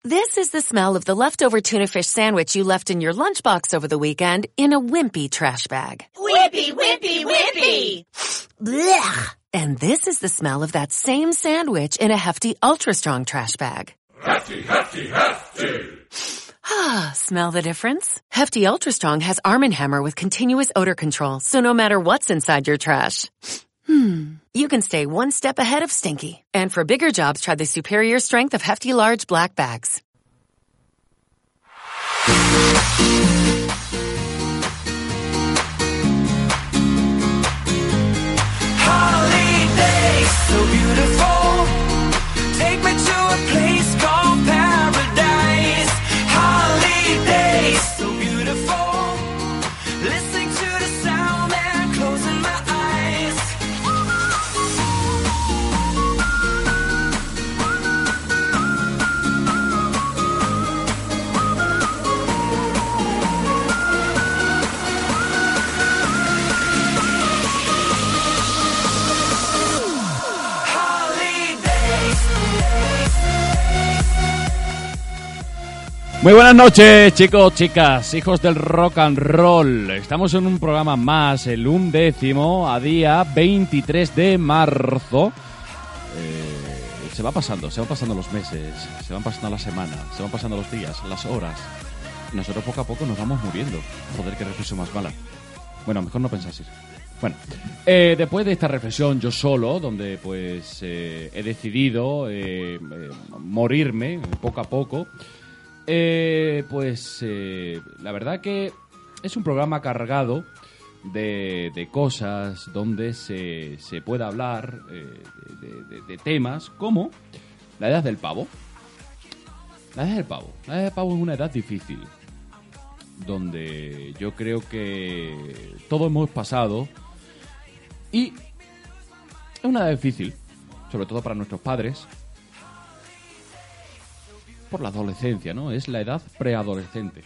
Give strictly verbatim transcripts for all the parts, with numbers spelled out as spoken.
This is the smell of the leftover tuna fish sandwich you left in your lunchbox over the weekend in a wimpy trash bag. Wimpy, wimpy, wimpy! Blech! And this is the smell of that same sandwich in a Hefty Ultra Strong trash bag. Hefty, Hefty, Hefty! Ah, smell the difference? Hefty Ultra Strong has Arm and Hammer with continuous odor control, so no matter what's inside your trash, Hmm. you can stay one step ahead of stinky. And for bigger jobs, try the superior strength of Hefty Large Black Bags. Holiday, so beautiful. Take me to a place called paradise. Holiday, so beautiful. Listening to the sound and closing my eyes. Muy buenas noches, chicos, chicas, hijos del rock and roll. Estamos en un programa más, el undécimo, a día veintitrés de marzo. Eh, se va pasando, se van pasando los meses, se van pasando las semanas, se van pasando los días, las horas. Y nosotros poco a poco nos vamos muriendo. Joder, qué reflexión más mala. Bueno, mejor no pensáis. Bueno, eh, después de esta reflexión yo solo, donde pues eh, he decidido eh, eh, morirme poco a poco, eh, pues eh, la verdad que es un programa cargado de, de cosas donde se, se pueda hablar eh, de, de, de temas como la edad del pavo. La edad del pavo. La edad del pavo es una edad difícil, donde yo creo que todos hemos pasado y es una edad difícil, sobre todo para nuestros padres, por la adolescencia, ¿no? Es la edad preadolescente.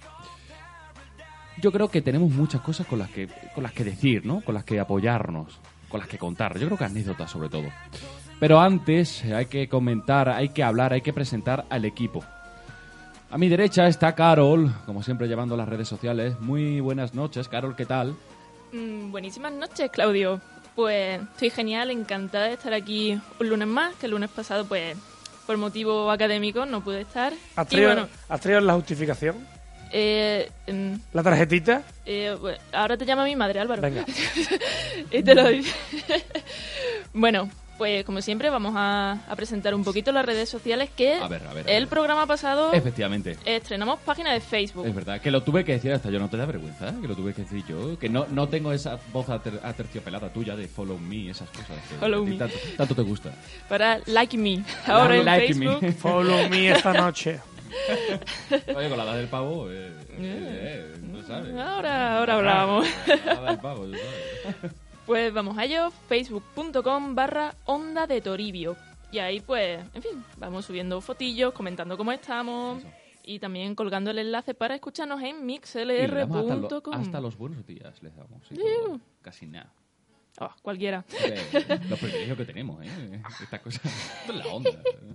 Yo creo que tenemos muchas cosas con las que con las que decir, ¿no? Con las que apoyarnos, con las que contar. Yo creo que anécdotas sobre todo. Pero antes hay que comentar, hay que hablar, hay que presentar al equipo. A mi derecha está Carol, como siempre llevando las redes sociales. Muy buenas noches, Carol, ¿qué tal? Mm, buenísimas noches, Claudio. Pues estoy genial, encantada de estar aquí un lunes más, que el lunes pasado, pues, por motivo académico no pude estar. ¿Has traído, bueno, ¿has traído la justificación? Eh, mm, ¿La tarjetita? Eh, bueno, ahora te llama mi madre, Álvaro. Venga. Y te lo dice. Bueno, pues como siempre vamos a, a presentar un poquito las redes sociales que A ver, a ver, a el ver. programa pasado Efectivamente. estrenamos página de Facebook. Es verdad, que lo tuve que decir hasta yo, ¿no te da vergüenza? Que lo tuve que decir yo, que no, no tengo esa voz ater- aterciopelada tuya de follow me, esas cosas. Que Follow a ti me. Tanto, tanto te gusta. Para Like Me. Ahora en Like Facebook. me. Follow me esta noche. Oye, con la edad del pavo, eh, eh, eh, no sabes. Ahora, ahora hablábamos. La edad del pavo, tú sabes. Pues vamos a ello, facebook.com barra Onda de Toribio. Y ahí pues, en fin, vamos subiendo fotillos, comentando cómo estamos. Eso. Y también colgando el enlace para escucharnos en Y le mixlr damos hasta, punto lo- com. hasta los buenos días les damos. sí, Sí. todo, casi nada. Oh, cualquiera. Eh, los privilegios que tenemos, ¿eh? Estas cosas. Esto es la onda.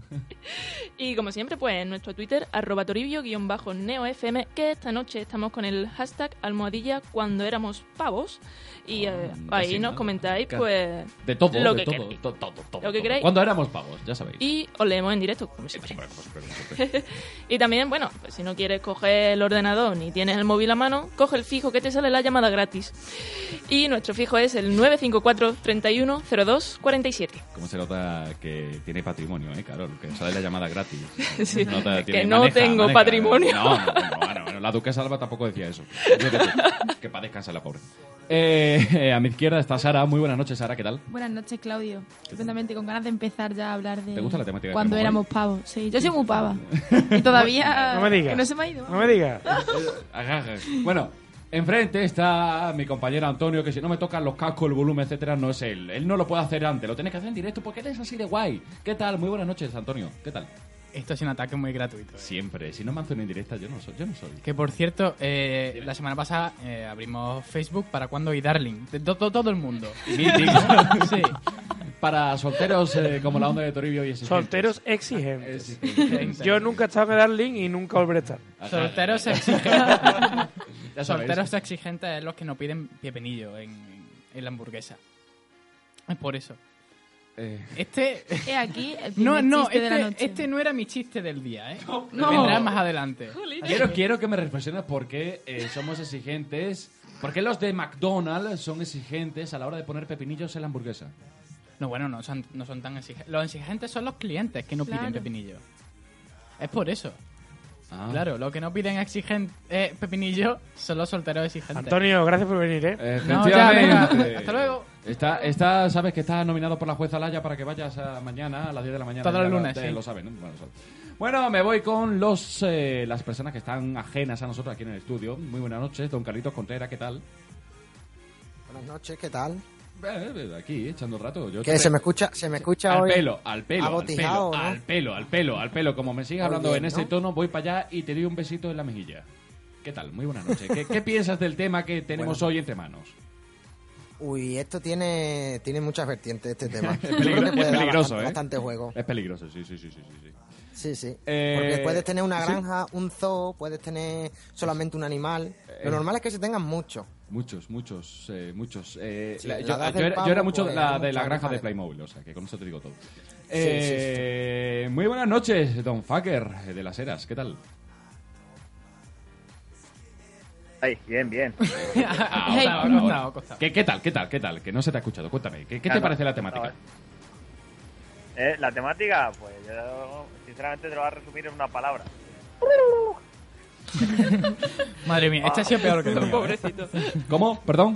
Y como siempre, pues en nuestro Twitter, arroba toribio-neofm, que esta noche estamos con el hashtag almohadilla cuando éramos pavos. Y eh, Oh, ahí casi nos nada. comentáis, Ca- pues, De todo, lo de que todo, queráis. to- todo, todo, Lo que todo. queráis. Cuando éramos pavos, ya sabéis. Y os leemos en directo, como siempre. Siempre, como siempre, como siempre. Y también, bueno, pues si no quieres coger el ordenador ni tienes el móvil a mano, coge el fijo que te sale la llamada gratis. Y nuestro fijo es el nueve cinco cuatro, treinta y uno, cero dos, cuarenta y siete. Como se nota que tiene patrimonio, ¿eh, Carol? Que sale la llamada gratis. Sí, Nota, que tiene- no maneja, tengo maneja. patrimonio. No, no, no, bueno, bueno, la duquesa Alba tampoco decía eso. Fíjate tú, que para descansar la pobre. Eh, eh, a mi izquierda está Sara. Muy buenas noches, Sara, ¿qué tal? Buenas noches, Claudio. Estupendamente, con ganas de empezar ya a hablar de... ¿Te gusta la temática que cuando tenemos éramos hoy? pavos. Sí, yo soy muy pava. Y todavía... No me digas. Que no se me ha ido. No me digas. Agaja. Bueno, enfrente está mi compañero Antonio, que si no me tocan los cascos, el volumen, etcétera, no es él. Él no lo puede hacer antes, lo tiene que hacer en directo porque él es así de guay. ¿Qué tal? Muy buenas noches, Antonio. ¿Qué tal? Esto es un ataque muy gratuito. ¿eh? Siempre. Si no me hacen en directa, yo no soy. Yo no soy. Que por cierto, eh, la semana pasada eh, abrimos Facebook para cuando y Darling. De to- to- todo el mundo. Mítico. Sí. para solteros eh, como la onda de Toribio y exigentes. Solteros exigentes. Exigentes. Yo nunca he estado en Darling y nunca volveré a estar. Solteros exigentes. Ya sabéis. Solteros exigentes es los que no piden pepinillo en, en la hamburguesa. Es por eso. Eh, Este es aquí el No, primer no, chiste de la este, noche. este no era mi chiste del día, ¿eh? No. Vendrá más adelante. quiero, quiero que me reflexiones por qué eh, somos exigentes. ¿Por qué los de McDonald's son exigentes a la hora de poner pepinillos en la hamburguesa? No, bueno, no son, no son tan exigentes. Los exigentes son los clientes que no Claro. piden pepinillo. Es por eso. Ah. Claro, los que no piden exigen, eh, pepinillo son los solteros exigentes. Antonio, gracias por venir, ¿eh? No, ya, venga. Efectivamente. Hasta luego. Está, está, sabes que estás nominado por la jueza Laya para que vayas a mañana a las diez de la mañana. Todos Ya los lo- lunes, eh, sí. Lo saben, ¿no? Bueno, eso. Bueno, me voy con los eh, las personas que están ajenas a nosotros aquí en el estudio. Muy buenas noches, don Carlitos Contreras, ¿qué tal? Buenas noches, ¿qué tal? Eh, eh, aquí, echando el rato. Yo ¿Qué? te- ¿Se me escucha, se me escucha Al hoy? pelo, al pelo, al pelo, abotijado, ¿no? al pelo, al pelo, al pelo. Como me sigas Muy hablando bien, en ese ¿no? tono, voy para allá y te doy un besito en la mejilla. ¿Qué tal? Muy buenas noches. ¿Qué, qué piensas del tema que tenemos Bueno. hoy entre manos? Uy, esto tiene, tiene muchas vertientes, este tema. Es Yo peligro- creo que puede es dar peligroso, bastante, ¿eh? bastante juego. Es peligroso, sí, sí, sí, sí, sí, sí. Sí, sí. Eh, Porque puedes tener una sí. granja, un zoo, puedes tener solamente un animal. Lo Eh. normal es que se tengan muchos. Muchos, muchos, eh, muchos. Eh, Sí, la- la yo, edad yo del era, pavo, yo era mucho pues, de la, hay de la muchos granja de animales. Playmobil, o sea, que con eso te digo todo. sí, Eh, Muy buenas noches, don Fucker, eh, de las Heras, ¿qué tal? Ay, bien, bien. Ah, Hey. ahora, Costado, ahora. costado. ¿Qué, ¿Qué tal, qué tal, qué tal? Que no se te ha escuchado, cuéntame, ¿qué, qué te Claro, parece la no, temática? Eh, la temática, pues yo sinceramente te lo voy a resumir en una palabra. Madre mía, este ha sido peor que el mío. ¿eh? Pobrecito. ¿Cómo? ¿Perdón?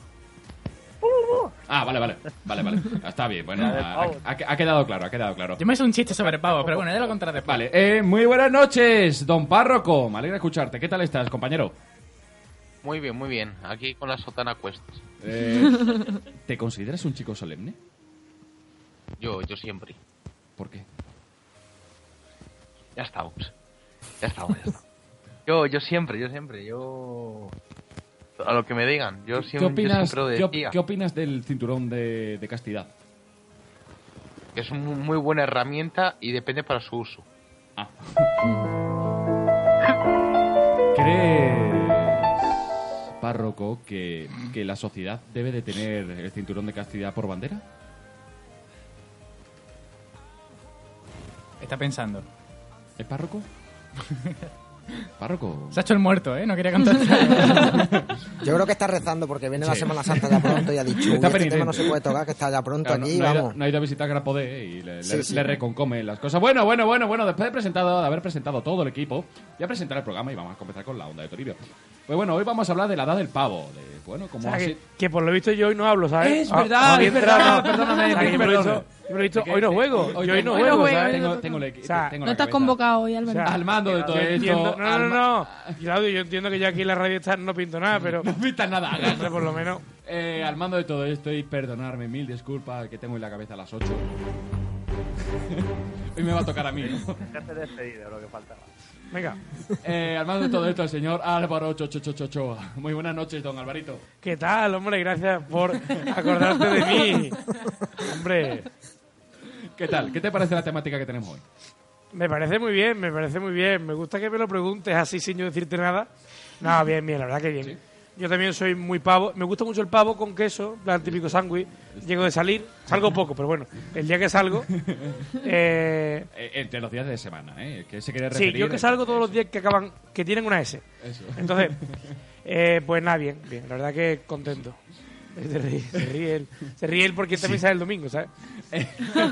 Ah, vale, vale, vale, vale. Está bien, bueno, La del ha, pavo. ha- ha quedado claro, ha quedado claro. Yo me hice un chiste sobre pavo, pero bueno, ya lo contaré después. Vale, eh, muy buenas noches, don Párroco, me alegra escucharte. ¿Qué tal estás, compañero? Muy bien, muy bien. Aquí con la sotana a cuestas. Eh, ¿Te consideras un chico solemne? Yo, yo siempre. ¿Por qué? Ya estamos. Ya estamos, ya estamos. Yo, yo siempre, yo siempre, yo... A lo que me digan, yo siempre, ¿Qué opinas, yo siempre lo ¿qué, op- decía. qué opinas del cinturón de, de castidad? Que es una muy buena herramienta y depende para su uso. Ah. ¿Crees, párroco, que, que la sociedad debe de tener el cinturón de castidad por bandera? Está pensando. ¿El párroco? Párroco. Se ha hecho el muerto, ¿eh? No quería contar. Yo creo que está rezando porque viene la Sí. Semana Santa ya pronto y ha dicho, Está "Uy, este penitente. tema no se puede tocar, que está ya pronto Claro, no, aquí, no ha ido, vamos". no ha ido a visitar Grapodé y le, Sí, le- sí. le reconcome las cosas. Bueno, bueno, bueno, bueno, después de, presentado, de haber presentado todo el equipo, ya presentar el programa y vamos a comenzar con la onda de Toribio. Pues bueno, hoy vamos a hablar de la edad del pavo. De, bueno, O como sea, así... que, que por lo visto yo hoy no hablo, ¿sabes? Es Ah, verdad, ah, es bien verdad, entrado. perdóname, O sea, que yo me lo he perdóname. visto- yo me lo he visto, Que- hoy no juego, hoy yo hoy tengo- no juego, hoy no ¿sabes? Tengo, tengo, el- O sea, tengo No la estás cabeza. convocado hoy, Álvaro. O sea, Al mando de todo Yo esto. entiendo, no, no, al no, ma- no. Claudio, yo entiendo que yo aquí en la radio esta no pinto nada, pero No pintas nada. hombre, por lo menos Eh, al mando de todo esto y perdonarme, mil disculpas que tengo en la cabeza a las ocho. Hoy me va a tocar a mí, ¿no? Ya te he despedido, lo que faltaba. venga. Eh, al mando de todo esto el señor Álvaro Chochochochochoa. Muy buenas noches, don Alvarito. ¿Qué tal, hombre? Gracias por acordarte de mí. Hombre, ¿Qué tal? ¿Qué te parece la temática que tenemos hoy? me parece muy bien, me parece muy bien. Me gusta que me lo preguntes así sin yo decirte nada. No, bien, bien, la verdad que bien. Sí. Yo también soy muy pavo. Me gusta mucho el pavo con queso, plan típico sándwich. Llego de salir, salgo poco, pero bueno, el día que salgo... Eh, Eh, entre los días de semana, ¿eh? Que se quiere sí, referir... yo que salgo todos los días que acaban, que tienen una S. Eso. Entonces, eh, pues nada, bien, bien. La verdad que contento. Se ríe, se ríe él. Se ríe él porque también sale el domingo, ¿sabes? Eh,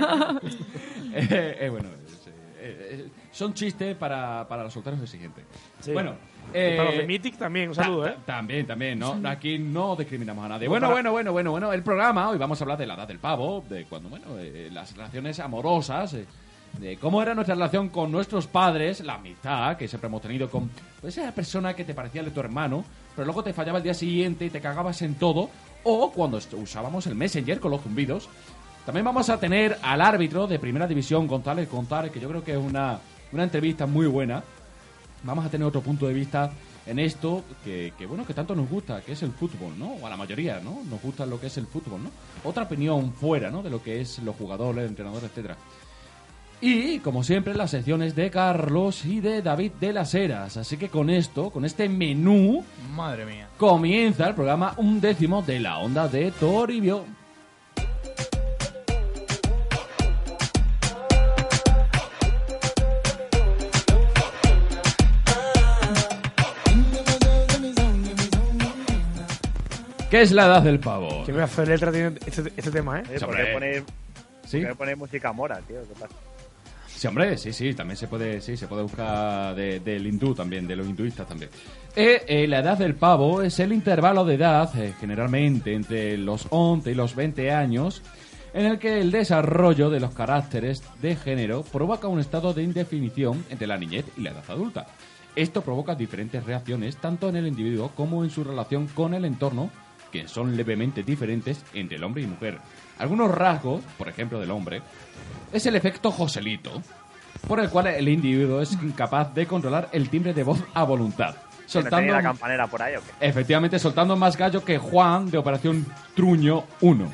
eh, bueno, es, eh, eh, son chistes para, para los solteros exigentes. Sí. Bueno, Y para los eh, de Mythic también, un saludo, ta- ¿eh? ta- También, también, ¿no? Aquí no discriminamos a nadie. No, Bueno, para- bueno, bueno, bueno, bueno. El programa, hoy vamos a hablar de la edad del pavo, de cuando, bueno, eh, las relaciones amorosas, eh, de cómo era nuestra relación con nuestros padres, la amistad que siempre hemos tenido con pues, esa persona que te parecía de tu hermano, pero luego te fallaba el día siguiente y te cagabas en todo, o cuando est- usábamos el Messenger con los zumbidos. También vamos a tener al árbitro de Primera División, González González, que yo creo que es una, una entrevista muy buena. Vamos a tener otro punto de vista en esto que, que, bueno, que tanto nos gusta, que es el fútbol, ¿no? O a la mayoría, ¿no? Nos gusta lo que es el fútbol, ¿no? Otra opinión fuera, ¿no? De lo que es los jugadores, el entrenador, etcétera. Y, como siempre, las secciones de Carlos y de David de las Heras. Así que con esto, con este menú... Madre mía. Comienza el programa undécimo de la Onda de Toribio. ¿Qué es la edad del pavo? ¿Qué pedazo de letra tiene este, este tema, eh? Oye, ¿por qué poner, ¿Sí? ¿por qué poner música mora, tío? ¿Qué pasa? Sí, hombre, sí, sí, también se puede, sí, se puede buscar de- del hindú también, de los hinduistas también. Eh, eh, la edad del pavo es el intervalo de edad, eh, generalmente entre los once y los veinte años, en el que el desarrollo de los caracteres de género provoca un estado de indefinición entre la niñez y la edad adulta. Esto provoca diferentes reacciones tanto en el individuo como en su relación con el entorno, que son levemente diferentes entre el hombre y mujer. Algunos rasgos, por ejemplo del hombre, es el efecto Joselito, por el cual el individuo es incapaz de controlar el timbre de voz a voluntad. ¿Que Soltando, ¿No tenía la campanera por ahí o qué? efectivamente, soltando más gallo que Juan de Operación Truño uno.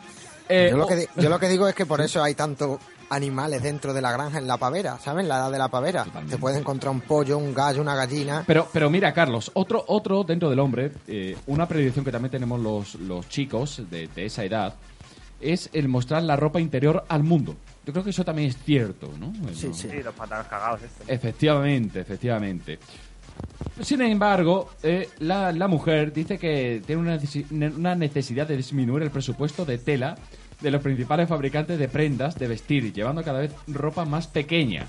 Eh, Yo lo, o- que di- yo lo que digo es que por eso hay tantos animales dentro de la granja en la pavera, ¿sabes? La edad de la pavera. Totalmente. Te puedes encontrar un pollo, un gallo, una gallina. Pero, pero mira, Carlos, otro, otro dentro del hombre, eh, una predilección que también tenemos los, los chicos de, de esa edad, es el mostrar la ropa interior al mundo. Yo creo que eso también es cierto, ¿no? Sí, No- sí. Sí, los pantalones cagados estos. Efectivamente, efectivamente. Sin embargo, eh, la, la mujer dice que tiene una, necesi- una necesidad de disminuir el presupuesto de tela de los principales fabricantes de prendas de vestir, llevando cada vez ropa más pequeña.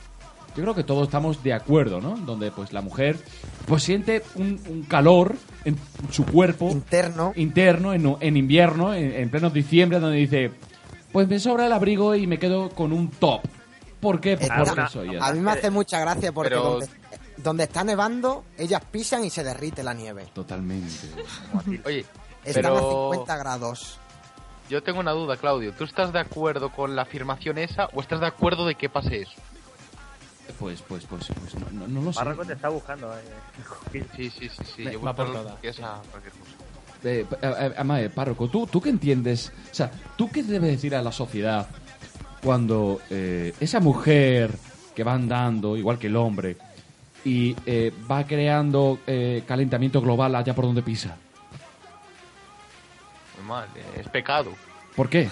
Yo creo que todos estamos de acuerdo, ¿no? Donde pues la mujer pues siente un, un calor en su cuerpo Interno. interno en, en invierno, en, en pleno diciembre, donde dice, pues me sobra el abrigo y me quedo con un top. ¿Por qué? Pues Eh, porque una- soy A mí me hace mucha gracia porque Pero- donde, donde está nevando, ellas pisan y se derrite la nieve. Totalmente. Oye, Están a pero cincuenta grados. yo tengo una duda, Claudio. ¿Tú estás de acuerdo con la afirmación esa o estás de acuerdo de que pase eso? Pues, pues, pues, pues no, no, no lo sé. Marruecos te está buscando, eh. Sí, sí, sí, sí. Me- Yo va busco por lo todas. que es a cualquier cosa. Eh, eh, eh, Amae, párroco, ¿tú, ¿tú qué entiendes? O sea, ¿tú qué debes decir a la sociedad cuando eh, esa mujer que va andando, igual que el hombre, y eh, va creando eh, calentamiento global allá por donde pisa? Muy mal, eh, es pecado. ¿Por qué?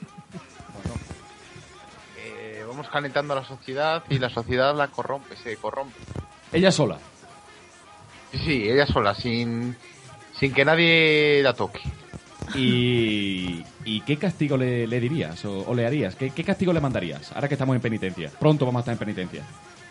Eh, vamos calentando a la sociedad y la sociedad la corrompe, se corrompe. Ella sola. Sí, sí, ella sola, sin, sin que nadie la toque. ¿Y, y qué castigo le, le dirías o, o le harías? ¿Qué, ¿Qué castigo le mandarías? Ahora que estamos en penitencia. Pronto vamos a estar en penitencia.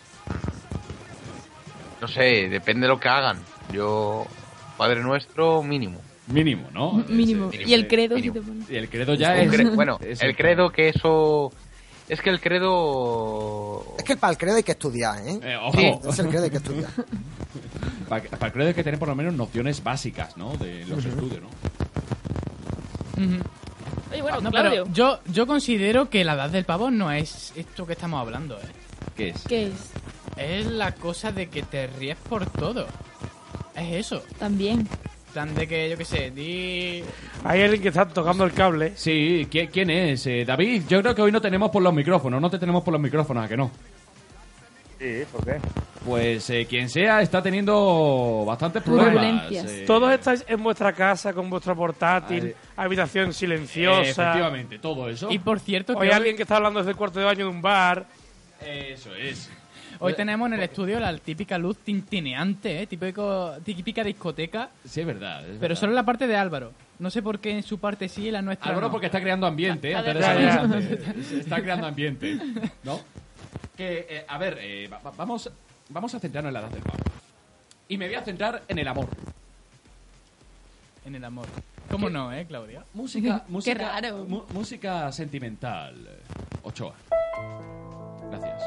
No sé, depende de lo que hagan. Yo, Padre Nuestro, mínimo. Mínimo, ¿no? Mínimo. Ese- Y el credo, si mínimo. te pones. Y el credo ya Un es... cre- bueno, es el credo que eso... Es que el credo... Es que para el credo hay que estudiar, ¿eh? Eh, ojo. Sí. Es el credo hay que estudiar. Para, para el credo hay que tener por lo menos nociones básicas, ¿no? De los estudios, ¿no? Ujú. Oye, bueno, No, Claudio. pero yo, yo considero que la edad del pavo no es esto que estamos hablando, ¿eh? ¿Qué es? ¿Qué es? Es la cosa de que te ríes por todo. Es eso. También. Plan de que, yo qué sé, di... Hay alguien que está tocando el cable. Sí, ¿quién, quién es? Eh, David, yo creo que hoy no tenemos por los micrófonos, no te tenemos por los micrófonos, ¿a que no? Sí, ¿por qué? Pues eh, quien sea está teniendo bastantes problemas. Turbulencias. eh, Todos estáis en vuestra casa con vuestro portátil, habitación eh, silenciosa. efectivamente, todo eso. Y por cierto, O que hay hoy, alguien que está hablando desde el cuarto de baño de un bar. Eso es. hoy tenemos en el estudio la típica luz tintineante, ¿eh? Típico, típica discoteca, Sí, es verdad. es pero verdad. solo en la parte de Álvaro. No sé por qué en su parte sí y en la nuestra Álvaro no. porque está creando ambiente, ¿eh? Antes de Ya, salir ya. antes. Está creando ambiente, ¿no? Que, eh, a ver, eh, va- va- vamos, vamos a centrarnos en la edad del pavo. Y me voy a centrar en el amor. En el amor. ¿Cómo no, eh, Claudia? Música, Qué música, raro. mu- música sentimental. Ochoa. Gracias.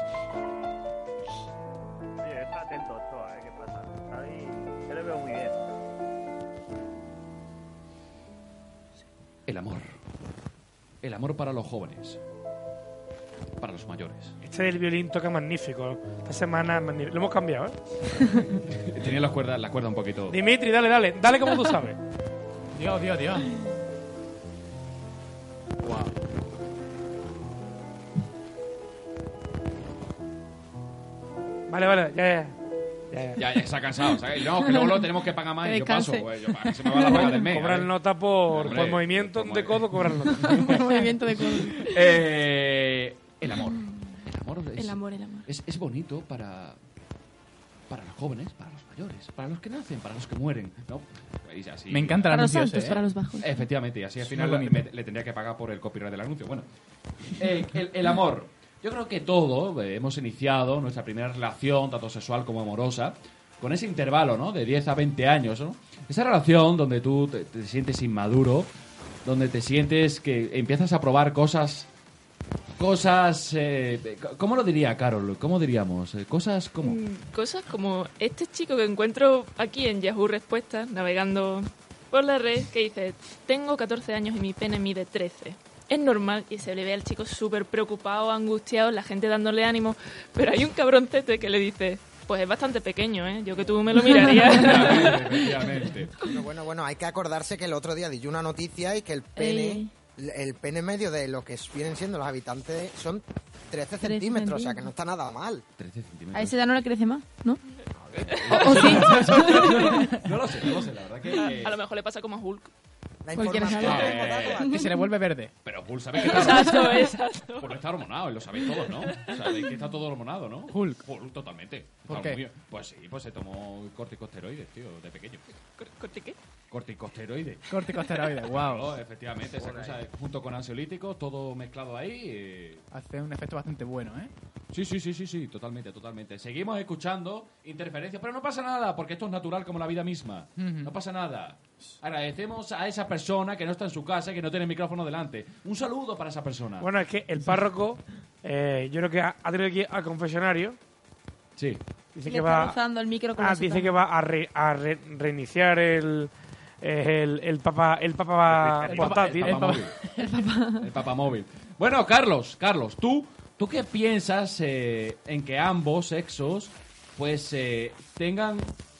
Oye, está atento, Ochoa, ¿eh? ¿Qué pasa? Está ahí. Yo le veo muy bien. El amor. El amor para los jóvenes. Para los mayores. Este del violín toca magnífico. Esta semana es magnífico. Lo hemos cambiado, ¿eh? Tenía las cuerdas, la cuerda un poquito... Dimitri, dale, dale. Dale como tú sabes. Dios, Dios, Dios. Wow. Vale, vale, ya, ya. Ya, ya. Ya, ya se ha cansado. ¿Sabes? No, que luego lo tenemos que pagar más Que y yo paso. descanse. Pues, yo, para que se me va la paga del mes. Cobrar ¿vale? nota por, Hombre, por movimiento por de codo, cobrar nota. Por movimiento de codo. Eh, el amor. El amor es, El amor, el amor. Es, es bonito para, para los jóvenes, para los mayores, para los que nacen, para los que mueren. ¿No? Y así- Me encanta el Para los anuncio altos, ese, ¿eh? para los bajos. Efectivamente, y así al Es final muy le, bonito. me- le tendría que pagar por el copyright del anuncio. Bueno, eh, el, el amor. Yo creo que todo eh, hemos iniciado nuestra primera relación, tanto sexual como amorosa, con ese intervalo, ¿no? De diez a veinte años, ¿no? Esa relación donde tú te, te sientes inmaduro, donde te sientes que empiezas a probar cosas... Cosas... Eh, ¿Cómo lo diría, Carol? ¿Cómo diríamos? Eh, Cosas como... Mm, Cosas como este chico que encuentro aquí en Yahoo Respuestas, navegando por la red, que dice: tengo catorce años y mi pene mide trece. Es normal y se le ve al chico súper preocupado, angustiado, la gente dándole ánimo, pero hay un cabroncete que le dice: pues es bastante pequeño, ¿eh? Yo que tú me lo miraría. Efectivamente. Bueno, bueno, bueno, hay que acordarse que el otro día di una noticia y que el pene, Eh. el pene medio de lo que vienen siendo los habitantes son trece centímetros, o sea que no está nada mal. trece centímetros. A ese ya no le crece más, ¿no? ¿O sí? No lo sé, no lo sé, la verdad que... que- A lo mejor le pasa como a Hulk. La Cualquiera información sabe. que hemos dado aquí. Que se le vuelve verde. Pero Bull sabe que está Exacto, exacto. Pues está hormonado, lo sabéis todos, ¿no? O sea, de que está todo hormonado, ¿no? Hulk. Hulk, totalmente. ¿Por Está qué? muy- Pues sí, pues se tomó corticosteroides, tío, de pequeño. ¿Cor- ¿Corte qué? Corticosteroides. Corticosteroides, wow. Claro, efectivamente, esa cosa, junto con ansiolíticos, todo mezclado ahí. eh. Hace un efecto bastante bueno, ¿eh? Sí, sí, sí, sí, sí, totalmente, totalmente. Seguimos escuchando interferencias, pero no pasa nada, porque esto es natural como la vida misma. Ujú. No pasa nada. Agradecemos a esa persona que no está en su casa, que no tiene el micrófono delante. Un saludo para esa persona. Bueno, es que el párroco, eh, yo creo que ha, ha tenido que ir al confesionario. Sí. Dice Le que está va, rozando el micro con ah, la dice sotana. que va a, re- a re- reiniciar el, el, el papa, el papa El portátil. Papa, el Papa móvil. El Papa móvil. Bueno, Carlos, Carlos, tú, ¿tú qué piensas eh, en que ambos sexos pues eh, tengan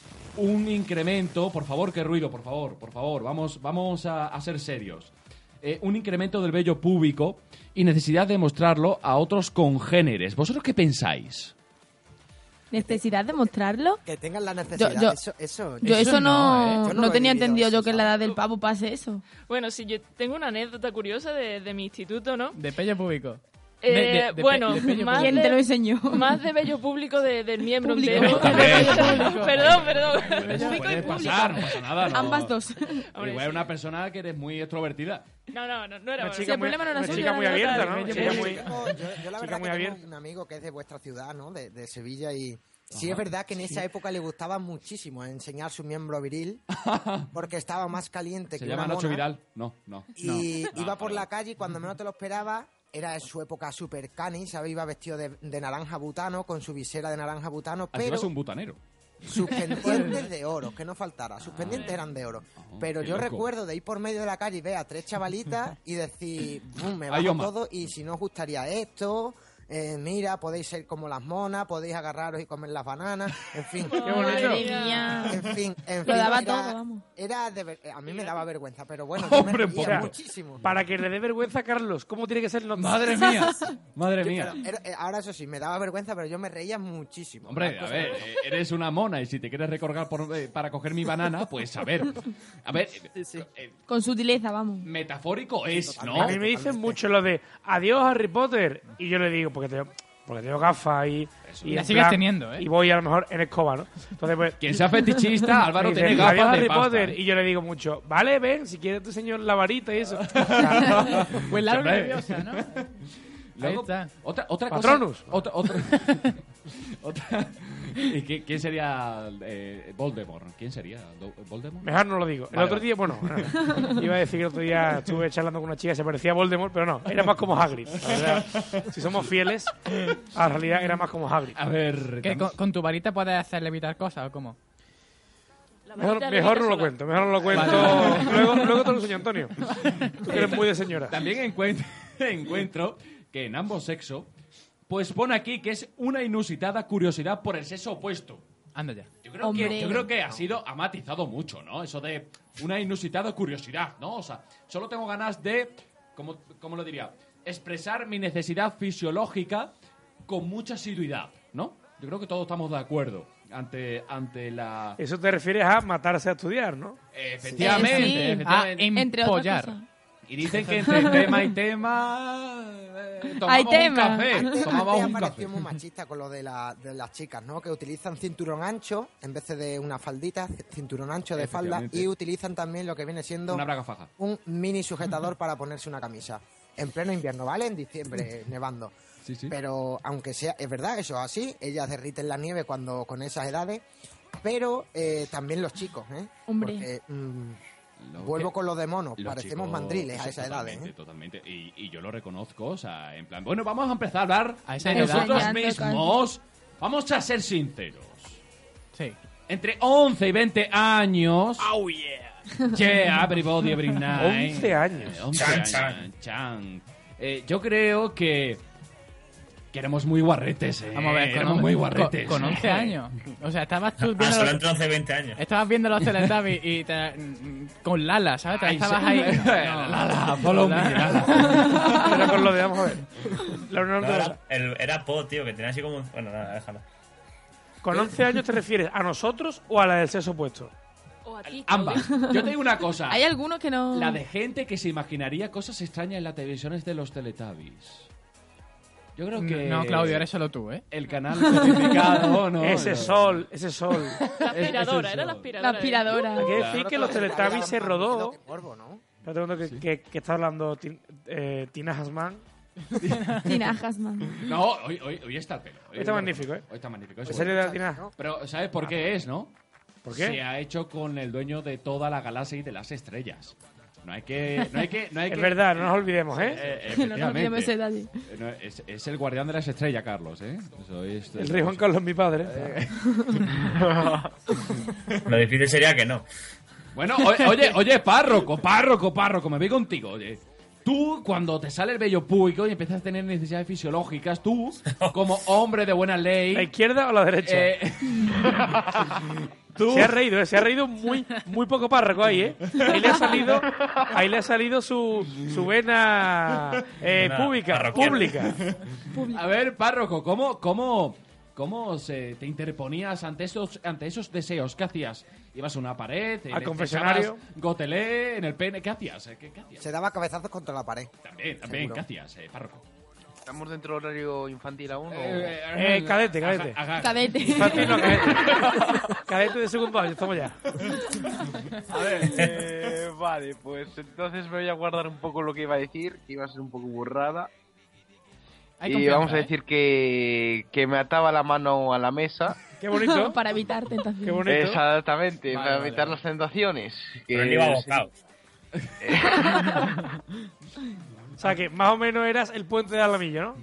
un incremento? Por favor, qué ruido, por favor, por favor, vamos, vamos a, a ser serios. Eh, un incremento del vello púbico y necesidad de mostrarlo a otros congéneres. ¿Vosotros qué pensáis? ¿Necesidad de mostrarlo? Que tengan la necesidad. Yo- yo- eso, eso, Yo eso, eso no, ¿eh? Yo no, lo he tenía vivido, entendido eso, yo que en la edad ¿sabes? del pavo pase eso. Bueno, sí, yo tengo una anécdota curiosa de, de mi instituto, ¿no? De pello público. Eh, De- de- de bueno, pe- de pello más ¿Quién de, te lo enseñó? más de bello público de- del miembro Público. entero. A ver. Perdón, perdón. Puede, Público y puede público. pasar, no pasa nada. No. Ambas dos. Hombre, Igual es sí. una persona que eres muy extrovertida. No, no, no, no era Una sí, chica el muy, problema no era una suyo, chica era muy de abierta, otra. ¿no? Yo- Chica yo- muy- Yo, yo la Chica verdad muy que tengo abierta. un amigo que es de vuestra ciudad, ¿no? De, de Sevilla y sí es verdad que en esa época le gustaba muchísimo enseñar su miembro viril porque estaba más caliente ¿Se que llama una Nacho mona. Vidal? No, no. Y No. iba No, por no. la calle y cuando menos te lo esperaba era en su época super cani, ¿sabes? Iba vestido de, de naranja butano con su visera de naranja butano, Así pero vas un butanero. sus pendientes de oro, que no faltara, sus pendientes eran de oro. Pero qué yo loco. recuerdo de ir por medio de la calle y ver a tres chavalitas y decir, "Bum, me Ay, bajo Oma. todo y si no os gustaría esto, eh, mira, podéis ser como las monas, podéis agarraros y comer las bananas, en fin. Qué bonito. Madre mía. En fin, en Lo fin, daba era, todo, vamos. era de ver- a mí me daba vergüenza, pero bueno, yo Hombre, me reía o sea, muchísimo. Para que le dé vergüenza a Carlos, ¿cómo tiene que ser? No, Madre mía, madre Yo- mía. pero era- eh, ahora eso sí, me daba vergüenza, pero yo me reía muchísimo. Hombre, Una a cosa- ver, eh, eres una mona y si te quieres recorgar por, eh, para coger mi banana, pues a ver. A ver, eh, eh, Con sutileza, vamos. metafórico es, ¿no? A mí me dicen mucho lo de adiós Harry Potter y yo le digo porque tengo, porque tengo gafas y, y La en sigues plan- teniendo, ¿eh? y voy a lo mejor en escoba, ¿no? Entonces pues Quien sea fetichista, Álvaro me tiene dicen, gafas adiós de Harry pasta. Potter y yo le digo mucho vale ven si quieres tu señor la varita y eso. Pues la Hombre. nerviosa, ¿no? Luego, Ahí está. Otra, otra Patronus. cosa. Otra, otra, otra- ¿Y qué- quién sería eh, Voldemort? ¿Quién sería Do- Voldemort? Mejor no lo digo. El Vale, otro vale. día, bueno, iba a decir que el otro día estuve charlando con una chica que se parecía a Voldemort, pero no, era más como Hagrid. La verdad, si somos fieles, a la realidad era más como Hagrid. A ver... ¿Qué, tam- con, con tu varita puedes hacerle evitar cosas o cómo? La Mejor, varita mejor no lo sola. cuento, mejor no lo cuento. Luego, luego te lo enseño, Antonio. Tú que eres muy de señora. También encuentro, encuentro que en ambos sexos Pues pone aquí que es una inusitada curiosidad por el sexo opuesto. Anda ya. Yo creo, Hombre. que, yo creo que ha sido, ha matizado mucho, ¿no? Eso de una inusitada curiosidad, ¿no? O sea, solo tengo ganas de, ¿cómo, cómo lo diría? Expresar mi necesidad fisiológica con mucha asiduidad, ¿no? Yo creo que todos estamos de acuerdo ante, ante la... Eso te refieres a matarse a estudiar, ¿no? Efectivamente, Eh, sí. efectivamente. Ah, Entre otras empollar. cosas. Y dicen que entre tema y tema... eh, tomamos Hay un tema. café. Antes, Tomamos antes un apareció café. muy machista con lo de, la, de las chicas, ¿no? Que utilizan cinturón ancho en vez de una faldita, cinturón ancho de falda, Efectivamente. y utilizan también lo que viene siendo Una braga faja. un mini sujetador para ponerse una camisa. En pleno invierno, ¿vale? En diciembre, nevando. Sí, sí. Pero aunque sea, es verdad, eso es así, ellas derriten la nieve cuando con esas edades, pero eh, también los chicos, ¿eh? Hombre. Porque, mm, Lo vuelvo que- con los de monos, Los parecemos chicos, mandriles a sí, esa edad, totalmente, ¿eh? Totalmente, y, y yo lo reconozco, o sea, en plan... Bueno, vamos a empezar a hablar A esa de edad. nosotros Enseñando mismos. Vamos a ser sinceros. Sí. Entre once y veinte años... ¡Oh, yeah! Yeah, everybody, every night. once años. Eh, once Chan, años, chan. chan. Eh, yo creo que... Que éramos muy guarretes, eh. Vamos a ver, éramos con, muy con- guarretes. con once años. O sea, estabas tú Ah, viendo solo los, entre once y veinte años. estabas viendo los Teletubbies y te- mm, con Lala, ¿sabes? Te Ay, estabas sí. ahí. Lala, follow me, Lala. Pero con lo de, vamos a ver. La unión No, de- era, el- era Po, tío, que tenía así como un... Bueno, nada, déjalo. ¿Con once años te refieres a nosotros o a la del sexo opuesto? O a ti, Ambas. Yo te digo una cosa. Hay algunos que no... La de gente que se imaginaría cosas extrañas en las televisiones de los Teletubbies. Yo creo que... No, Claudio, eres solo tú, ¿eh? El canal certificado, ¿no? ese No. sol, ese sol. La aspiradora, Es- es era el la sol. aspiradora. La ¿eh? aspiradora. Hay que decir Claro, que los pero Teletubbies se más rodó... miedo que morbo, ¿no? Espérate un momento, que, que, que está hablando Tin- eh, Tina Hasman. Tinajas, man. No, hoy, hoy, hoy está el pelo. Hoy está magnífico, ¿eh? Hoy está magnífico. ¿En es serio bueno. de Tina? ¿no? Pero ¿sabes por qué es, no? ¿Por qué? Se ha hecho con el dueño de toda la galaxia y de las estrellas. No hay que... No hay que, no hay Es que verdad, no nos olvidemos, ¿eh? Eh, No nos olvidemos ese efectivamente. detalle. Eh, no, es, es el guardián de las estrellas, Carlos, ¿eh? Eso es- El rey Juan Carlos es mi padre. Lo difícil sería que no. Bueno, o- oye, oye, párroco, párroco, párroco, me voy contigo, oye. Tú, cuando te sale el vello púbico y empiezas a tener necesidades fisiológicas, tú, como hombre de buena ley... ¿La izquierda o la derecha? eh, tú... Se ha reído, ¿eh? Se ha reído muy, muy poco párroco ahí, ¿eh? Ahí le ha salido, ahí le ha salido su, su vena eh, Una pública, parroquiana. pública. A ver, párroco, ¿cómo, cómo, cómo se, te interponías ante esos, ante esos deseos? ¿Qué hacías? ¿Ibas a una pared? Al le confesionario. echabas gotelé en el pene? ¿Qué hacías? ¿Qué, qué hacías? Se daba cabezazos contra la pared. También, también, Seguro. ¿qué hacías, eh, párroco? ¿Estamos dentro del horario infantil aún? o- Eh, cadete, cadete. Ajá, ajá. Cadete. Infantil, no, cadete. Cadete de segundo año, estamos ya. A ver, eh, vale, pues entonces me voy a guardar un poco lo que iba a decir, que iba a ser un poco burrada. Hay Y confianza, vamos a ¿eh? decir que, que me ataba la mano a la mesa. Qué bonito. Para evitar tentación. Qué bonito. Exactamente, Vale, para vale, evitar vale. las tentaciones. Pero él Que- iba abocado. O sea que más o menos eras el puente de Alamillo, ¿no?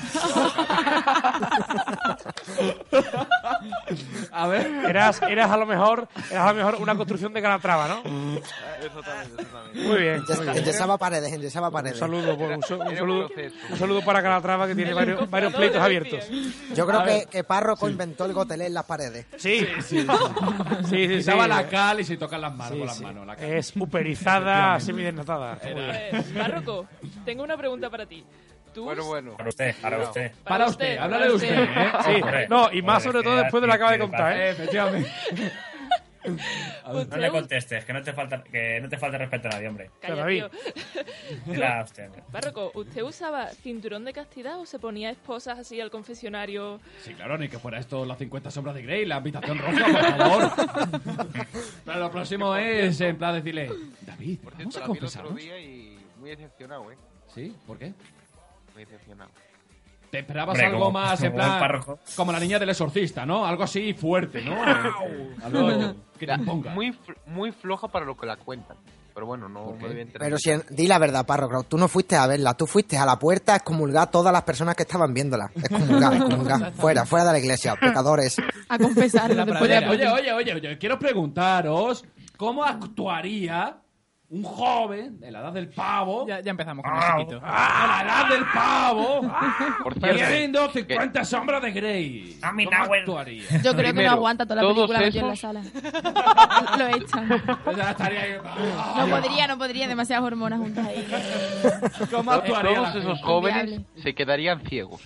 A ver. Eras, eras a lo mejor, eras a lo mejor una construcción de Calatrava, ¿no? Eso también, eso también. Muy bien. Muy bien. Enyesaba paredes, enyesaba Un paredes. saludo, por- un, so- un Era un saludo, proceso. un saludo para Calatrava, que tiene varios, varios pleitos abiertos. Yo creo que, que Párroco inventó el gotelé en las paredes. Sí, sí, sí. sí, sí, Estaba sí. la cal y se tocan las manos Sí, con las sí. manos. La cal. Es uperizada, semidesnatada. Está muy bien. Eh, párroco, tengo una pregunta para ti. ¿Tú, Bueno, bueno. Para usted, para usted. Para usted, háblale de usted, ¿eh? Sí, Hombre, no, y más sobre hombre, todo que después de lo que acaba de tiene contar, paz. ¿eh? Efectivamente. usted No le us- contestes, que no te falta, que no te falte respeto a nadie, hombre. Calla, David. tío. Mira usted. Párroco, ¿usted usaba cinturón de castidad o se ponía esposas así al confesionario? Sí, claro, ni que fuera esto las cincuenta sombras de Grey, la habitación roja, por favor. Pero lo próximo es en plan decirle, David, Por ¿vamos cierto, a la vi el otro confesarnos? día y muy decepcionado, ¿eh? ¿Sí? ¿Por qué? Muy decepcionado. ¿Te esperabas Hombre, algo como- más en como buen plan, párroco. como la niña del exorcista, ¿no? Algo así fuerte, ¿no? Algo que te imponga. Muy, fl- muy floja para lo que la cuentan. Pero bueno, no ¿Por me qué? voy a enterar. Pero si, di la verdad, Párroco, tú no fuiste a verla, tú fuiste a la puerta a excomulgar a todas las personas que estaban viéndola. Excomulgar, excomulgar. Fuera, fuera de la iglesia, pecadores. A confesarlo La después de Oye, la oye, oye, oye, oye, quiero preguntaros cómo actuaría un joven de la edad del pavo. Ya, ya empezamos con ¡Ah! el chiquito. ¡A la edad del pavo! Por cierto, viendo cincuenta sombras de Grey. A mi ¿Cómo Nahuel. actuaría? Yo creo que no Primero, aguanta toda la todos película metido en la esos- sala. Lo echan. Pues ya estaría ahí. No podría, no podría, demasiadas hormonas juntas ahí. ¿Cómo actuaría la todos esos gente? jóvenes Inviable. se quedarían ciegos.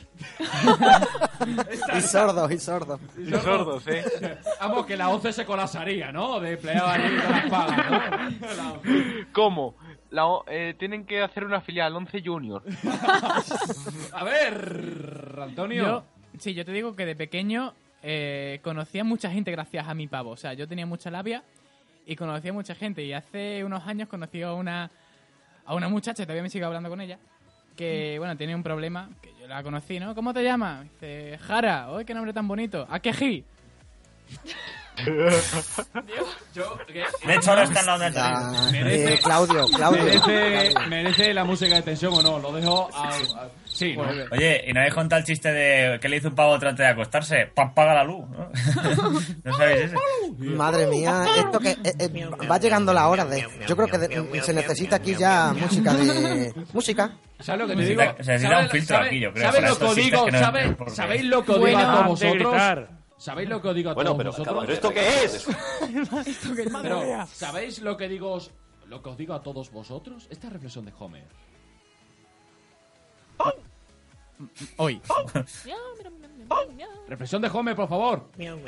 Y sordos, y sordos. Y sordos, ¿eh? Vamos, que la once se colapsaría, ¿no? De empleado allí con las pagas, ¿no? La once. ¿Cómo? La, o- eh, tienen que hacer una filial once Junior. A ver, Antonio. Yo, sí, yo te digo que de pequeño eh, conocía mucha gente gracias a mi pavo. O sea, yo tenía mucha labia y conocía mucha gente. Y hace unos años conocí a una, a una muchacha, y todavía me sigo hablando con ella, que, bueno, tiene un problema, que yo la conocí, ¿no? ¿Cómo te llamas? Dice, Jara. ¡Uy, qué nombre tan bonito! ¿Akeji? Yo, que- De hecho, ahora está en la onda del Ya, teléfono. eh, Claudio, Claudio. ¿Merece, ¿Merece la música de tensión o no? Lo dejo a... a- sí, ¿no? Oye, ¿y no habéis contado el chiste de que le hizo un pavo a otro antes de acostarse? ¡Pam, paga la luz! ¿No, ¿No sabéis ese? Madre mía, esto que eh, eh, va llegando la hora de... Yo creo que de- se necesita aquí ya música de... Música. ¿Sabes lo que te Necesita- digo? se necesita ¿Sabes- un filtro sabe- aquí, yo creo, ¿Sabes para lo que estos os chistes digo? que no ¿Sabe- entiendo por qué. ¿Sabéis lo que os digo Bueno, a todos antes de vosotros? gritar. ¿Sabéis lo que os digo a Bueno, todos pero, vosotros? ¿pero esto qué es? Pero, ¿sabéis lo que digo os- lo que os digo a todos vosotros? Esta reflexión de Homer. Hoy. Reflexión de Homer, por favor.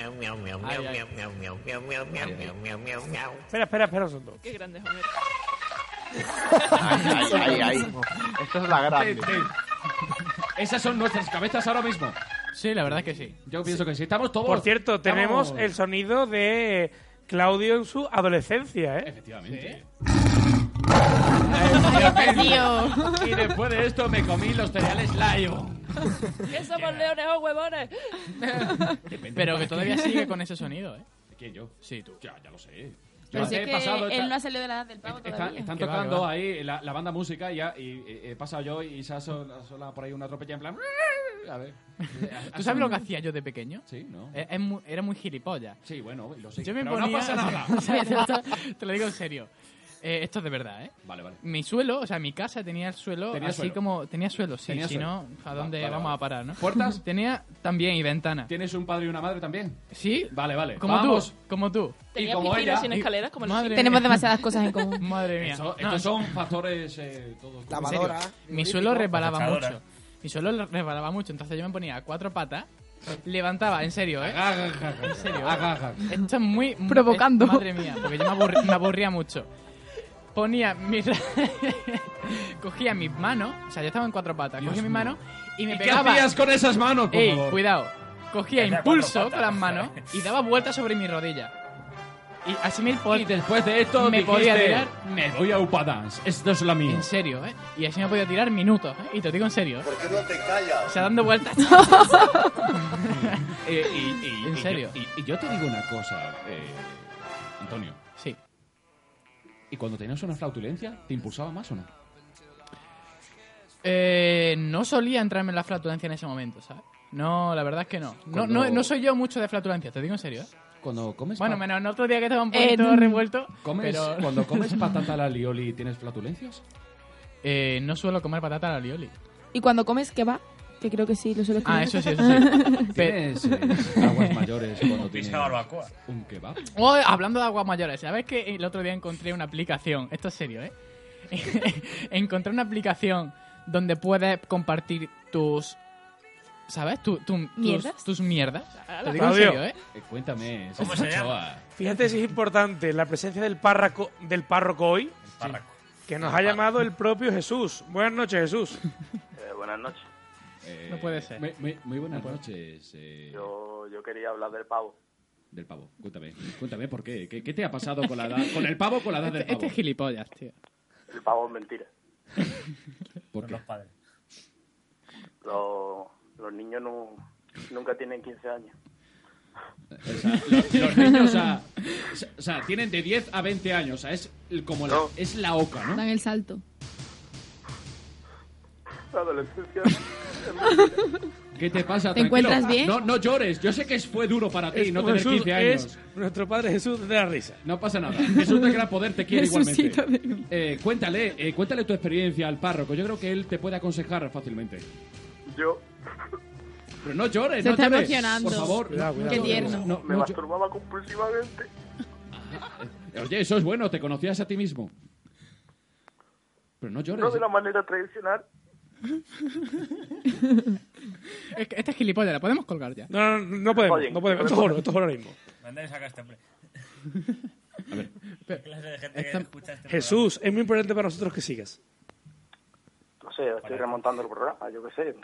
Espera, espera, espera un segundo. Qué grande es Homer. Ay, ay, ay, ay. Esta es la grande. Sí, sí. Esas son nuestras cabezas ahora mismo. Sí, la verdad que sí. Yo pienso que sí. Estamos todos... Por cierto, tenemos estamos- el sonido de Claudio en su adolescencia, ¿eh? Efectivamente. Tío. Y después de esto me comí los cereales Lion. ¿Qué somos leones o huevones? Pero que todavía sigue con ese sonido, ¿eh? ¿Quién, yo? Sí, tú. Ya, ya lo sé. Pero Yo si he es que pasado él esta- no ha salido de la edad del pavo Están, todavía. están Que va, tocando que va. ahí la, la banda música y, ya, y, y he pasado yo y se ha sol- ha solado por ahí una tropella en plan... A ver. ¿Tú sabes lo que hacía yo de pequeño? Sí, ¿no? Eh, es mu- Era muy gilipollas. Sí, bueno, y lo sé. Yo me Pero ponía... no pasa nada. O sea, te, lo, te lo digo en serio. Eh, esto es de verdad, ¿eh? Vale, vale. Mi suelo, o sea, mi casa tenía el suelo Tenía así suelo. como... Tenía suelo, sí. Tenía Si suelo. no, ¿a dónde Vale, vamos vale. a parar, no? ¿Puertas? Tenía también y ventana. ¿Tienes un padre y una madre también? ¿Sí? Vale, vale. Como Vamos. tú, como tú. Y Tenía como piscina ella... sin escaleras como Madre el mía. Tenemos demasiadas cosas en común. Madre mía. Eso- No, estos son factores eh, todos... Lavadora. En serio, mi frigorífico, suelo resbalaba cosechadora. mucho. Mi suelo resbalaba mucho, entonces yo me ponía a cuatro patas, levantaba, en serio, ¿eh? En serio, ¿eh? Esto es muy... muy- Provocando. es- madre mía, porque yo me, aburri- me aburría mucho. Ponía mis... cogía mis manos, o sea, yo estaba en cuatro patas, Dios cogía mis mío. manos y me ¿Y qué pegaba... hacías con esas manos, por Ey, favor? cuidado. Cogía Hacía impulso cuatro con las patas. manos y daba vueltas sobre mi rodilla. Y así me... Y después de esto me dijiste, podía tirar... me voy a Upadance. Esto es la mía. En serio, ¿eh? Y así me podía tirar minutos, ¿eh? Y te lo digo en serio. ¿Por qué no te callas? O sea, dando vueltas. Eh, y, y- ¿En y serio? yo- y, y yo te digo una cosa, eh, Antonio. Sí. ¿Y cuando tenías una flautulencia, te impulsaba más o no? Eh, no solía entrarme en la flatulencia en ese momento, ¿sabes? No, la verdad es que no. No, Cuando- no, no soy yo mucho de flatulencia, te digo en serio, ¿eh? Cuando comes Bueno, pa- menos en otro día que estaba un Eh, poquito mm. revuelto. ¿comes, pero... cuando comes patata a la lioli, ¿tienes flatulencias? Eh, no suelo comer patata a la lioli. Y cuando comes, ¿qué va? Que creo que sí, lo suelo Ah, comer. eso sí, eso sí. Pe- ¿Tienes eh, aguas mayores cuando tienes Pizza barbacoa. un kebab? Oh, hablando de aguas mayores, ¿sabes que el otro día encontré una aplicación? Esto es serio, ¿eh? Encontré una aplicación donde puedes compartir tus... ¿Sabes? Tu, tu- tus, ¿Mierdas? tus mierdas. Te digo en Claudio. serio, ¿eh? Eh, cuéntame. ¿Cómo César se llama? Ochoa. Fíjate si es importante la presencia del párroco, del párroco hoy, Párraco. que nos ha llamado el propio Jesús. Buenas noches, Jesús. Eh, buenas noches. Eh, No puede ser. Muy, muy- muy buenas noches. eh, Yo, yo quería hablar del pavo. Del pavo. Cuéntame. Cuéntame por qué. ¿Qué, qué te ha pasado con la edad, con el pavo o con la edad del Este, pavo? este es gilipollas, tío. El pavo es mentira. ¿Por Son qué? los padres. Los, los niños no, nunca tienen quince años. O sea, los, los niños, o sea, o sea, tienen de diez a veinte años. O sea, es el- como la, No. es la oca, ¿no? Dan el salto. La adolescencia es mentira. ¿Qué te pasa? ¿Te Tranquilo. encuentras bien? No, no llores. Yo sé que fue duro para ti Es no como tener Jesús, quince años. es nuestro padre Jesús de la risa. No pasa nada. Jesús de Gran Poder te quiere igualmente. Jesucito de- Eh, cuéntale, eh, cuéntale tu experiencia al párroco. Yo creo que él te puede aconsejar fácilmente. Yo Pero no llores, Se no está llores. emocionando. Por favor. Cuidado, no- cuidado. Qué no tierno. llores. No, me no llo- masturbaba compulsivamente. Eh, Oye, eso es bueno. Te conocías a ti mismo. Pero no llores. No de la manera tradicional. Es que este es gilipollas, la podemos colgar ya. No, no, no podemos, Oye, no podemos. Esto es oro, esto es oro ahora mismo. ¿Dónde saca este hombre? A ver. ¿Qué clase de gente Esta- que escucha este Jesús, es muy importante para nosotros que sigas. No sé, estoy remontando el programa, yo qué sé.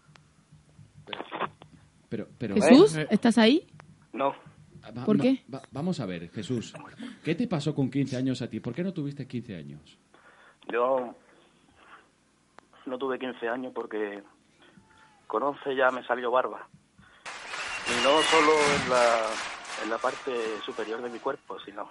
Pero, pero. Jesús, Eh. ¿estás ahí? No, Va- ¿Por va- qué? va- vamos a ver, Jesús. ¿Qué te pasó con quince años a ti? ¿Por qué no tuviste quince años? yo no tuve quince años porque con once ya me salió barba. Y no solo en la, en la parte superior de mi cuerpo, sino...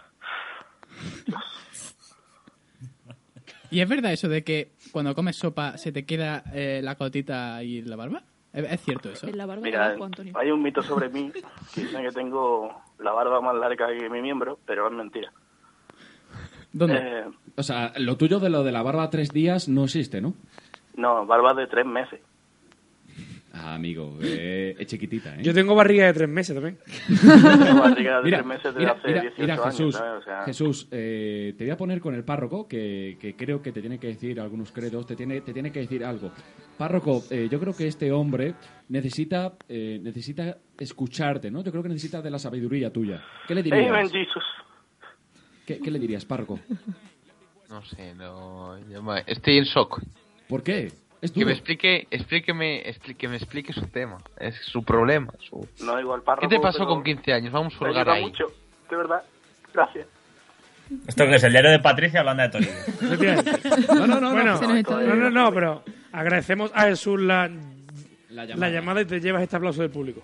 ¿Y es verdad eso de que cuando comes sopa se te queda eh, la cotita y la barba? ¿Es, es cierto eso? En la barba de Mira, abajo, Antonio. hay un mito sobre mí que dicen que tengo la barba más larga que mi miembro, pero es mentira. ¿Dónde? Eh, O sea, lo tuyo de lo de la barba tres días no existe, ¿no? no, barba de tres meses. Ah, amigo, eh, es chiquitita, ¿eh? Yo tengo barriga de tres meses también. Tengo barriga de Mira, tres meses desde mira, hace mira, dieciocho mira, años, Jesús, ¿sabes? O sea, Jesús, eh, te voy a poner con el párroco que, que creo que te tiene que decir algunos credos, te tiene, te tiene que decir algo. Párroco, eh, yo creo que este hombre necesita, eh, necesita escucharte, ¿no? Yo creo que necesita de la sabiduría tuya. ¿Qué le dirías? Amen, Jesus. ¿Qué, qué le dirías, párroco? No sé, no... yo me- Estoy en shock. ¿Por qué? Es Que duro. me explique, explíqueme, expli- que me explique su tema. Es su problema. Su... No igual párroco. ¿Qué te pasó pero con quince años? Vamos a me hurgar ayuda ahí. mucho, de verdad. Gracias. ¿Esto qué es? ¿El diario de Patricia hablando de Toribio? Efectivamente. No, no, no, Bueno, Se nos está no, no, no, pero agradecemos a Jesús la, La la llamada. llamada y te llevas este aplauso del público.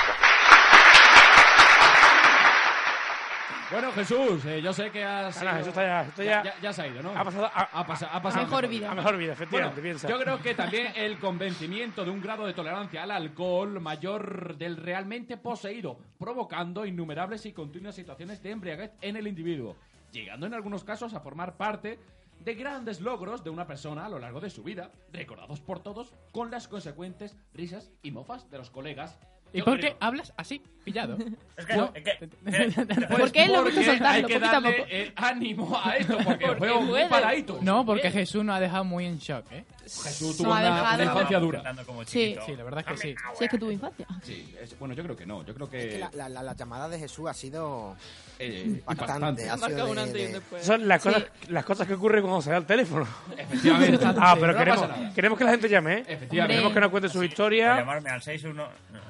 Bueno, Jesús, eh, yo sé que has... Ah, no, ido- Jesús está ya- esto ya- ya, ya se ha ido, ¿no? Ha pasado a, Ha, pasa- ha pasado mejor vida. a mejor vida, efectivamente, Bueno, piensa. yo creo que también el convencimiento de un grado de tolerancia al alcohol mayor del realmente poseído, provocando innumerables y continuas situaciones de embriaguez en el individuo, llegando en algunos casos a formar parte de grandes logros de una persona a lo largo de su vida, recordados por todos con las consecuentes risas y mofas de los colegas. ¿Y Yo por creo- qué hablas así, pillado? Es que, No. es que- Pues ¿Por qué lo gusta porque soltarlo, hay que poquito a darle poco? eh, ánimo a esto, porque, Porque fue muy puede. paradito. No, porque Jesús nos ha dejado muy en shock, ¿eh? Jesús No tuvo ha una, dejado. una infancia dura. Cantando como Sí. chiquito. Sí, la verdad es que sí. Si es que tuvo infancia. Sí, es- bueno, yo creo que no. Yo creo que, Es que la, la, la, la llamada de Jesús ha sido eh, impactante. impactante. Ha sido Marca un de- antes y un de- después. Son las Sí. cosas, las cosas que ocurren cuando se da el teléfono. Efectivamente. Ah, pero no queremos, pasa nada. queremos que la gente llame, ¿eh? Efectivamente. Queremos que nos cuente su Por historia. llamarme al seis uno...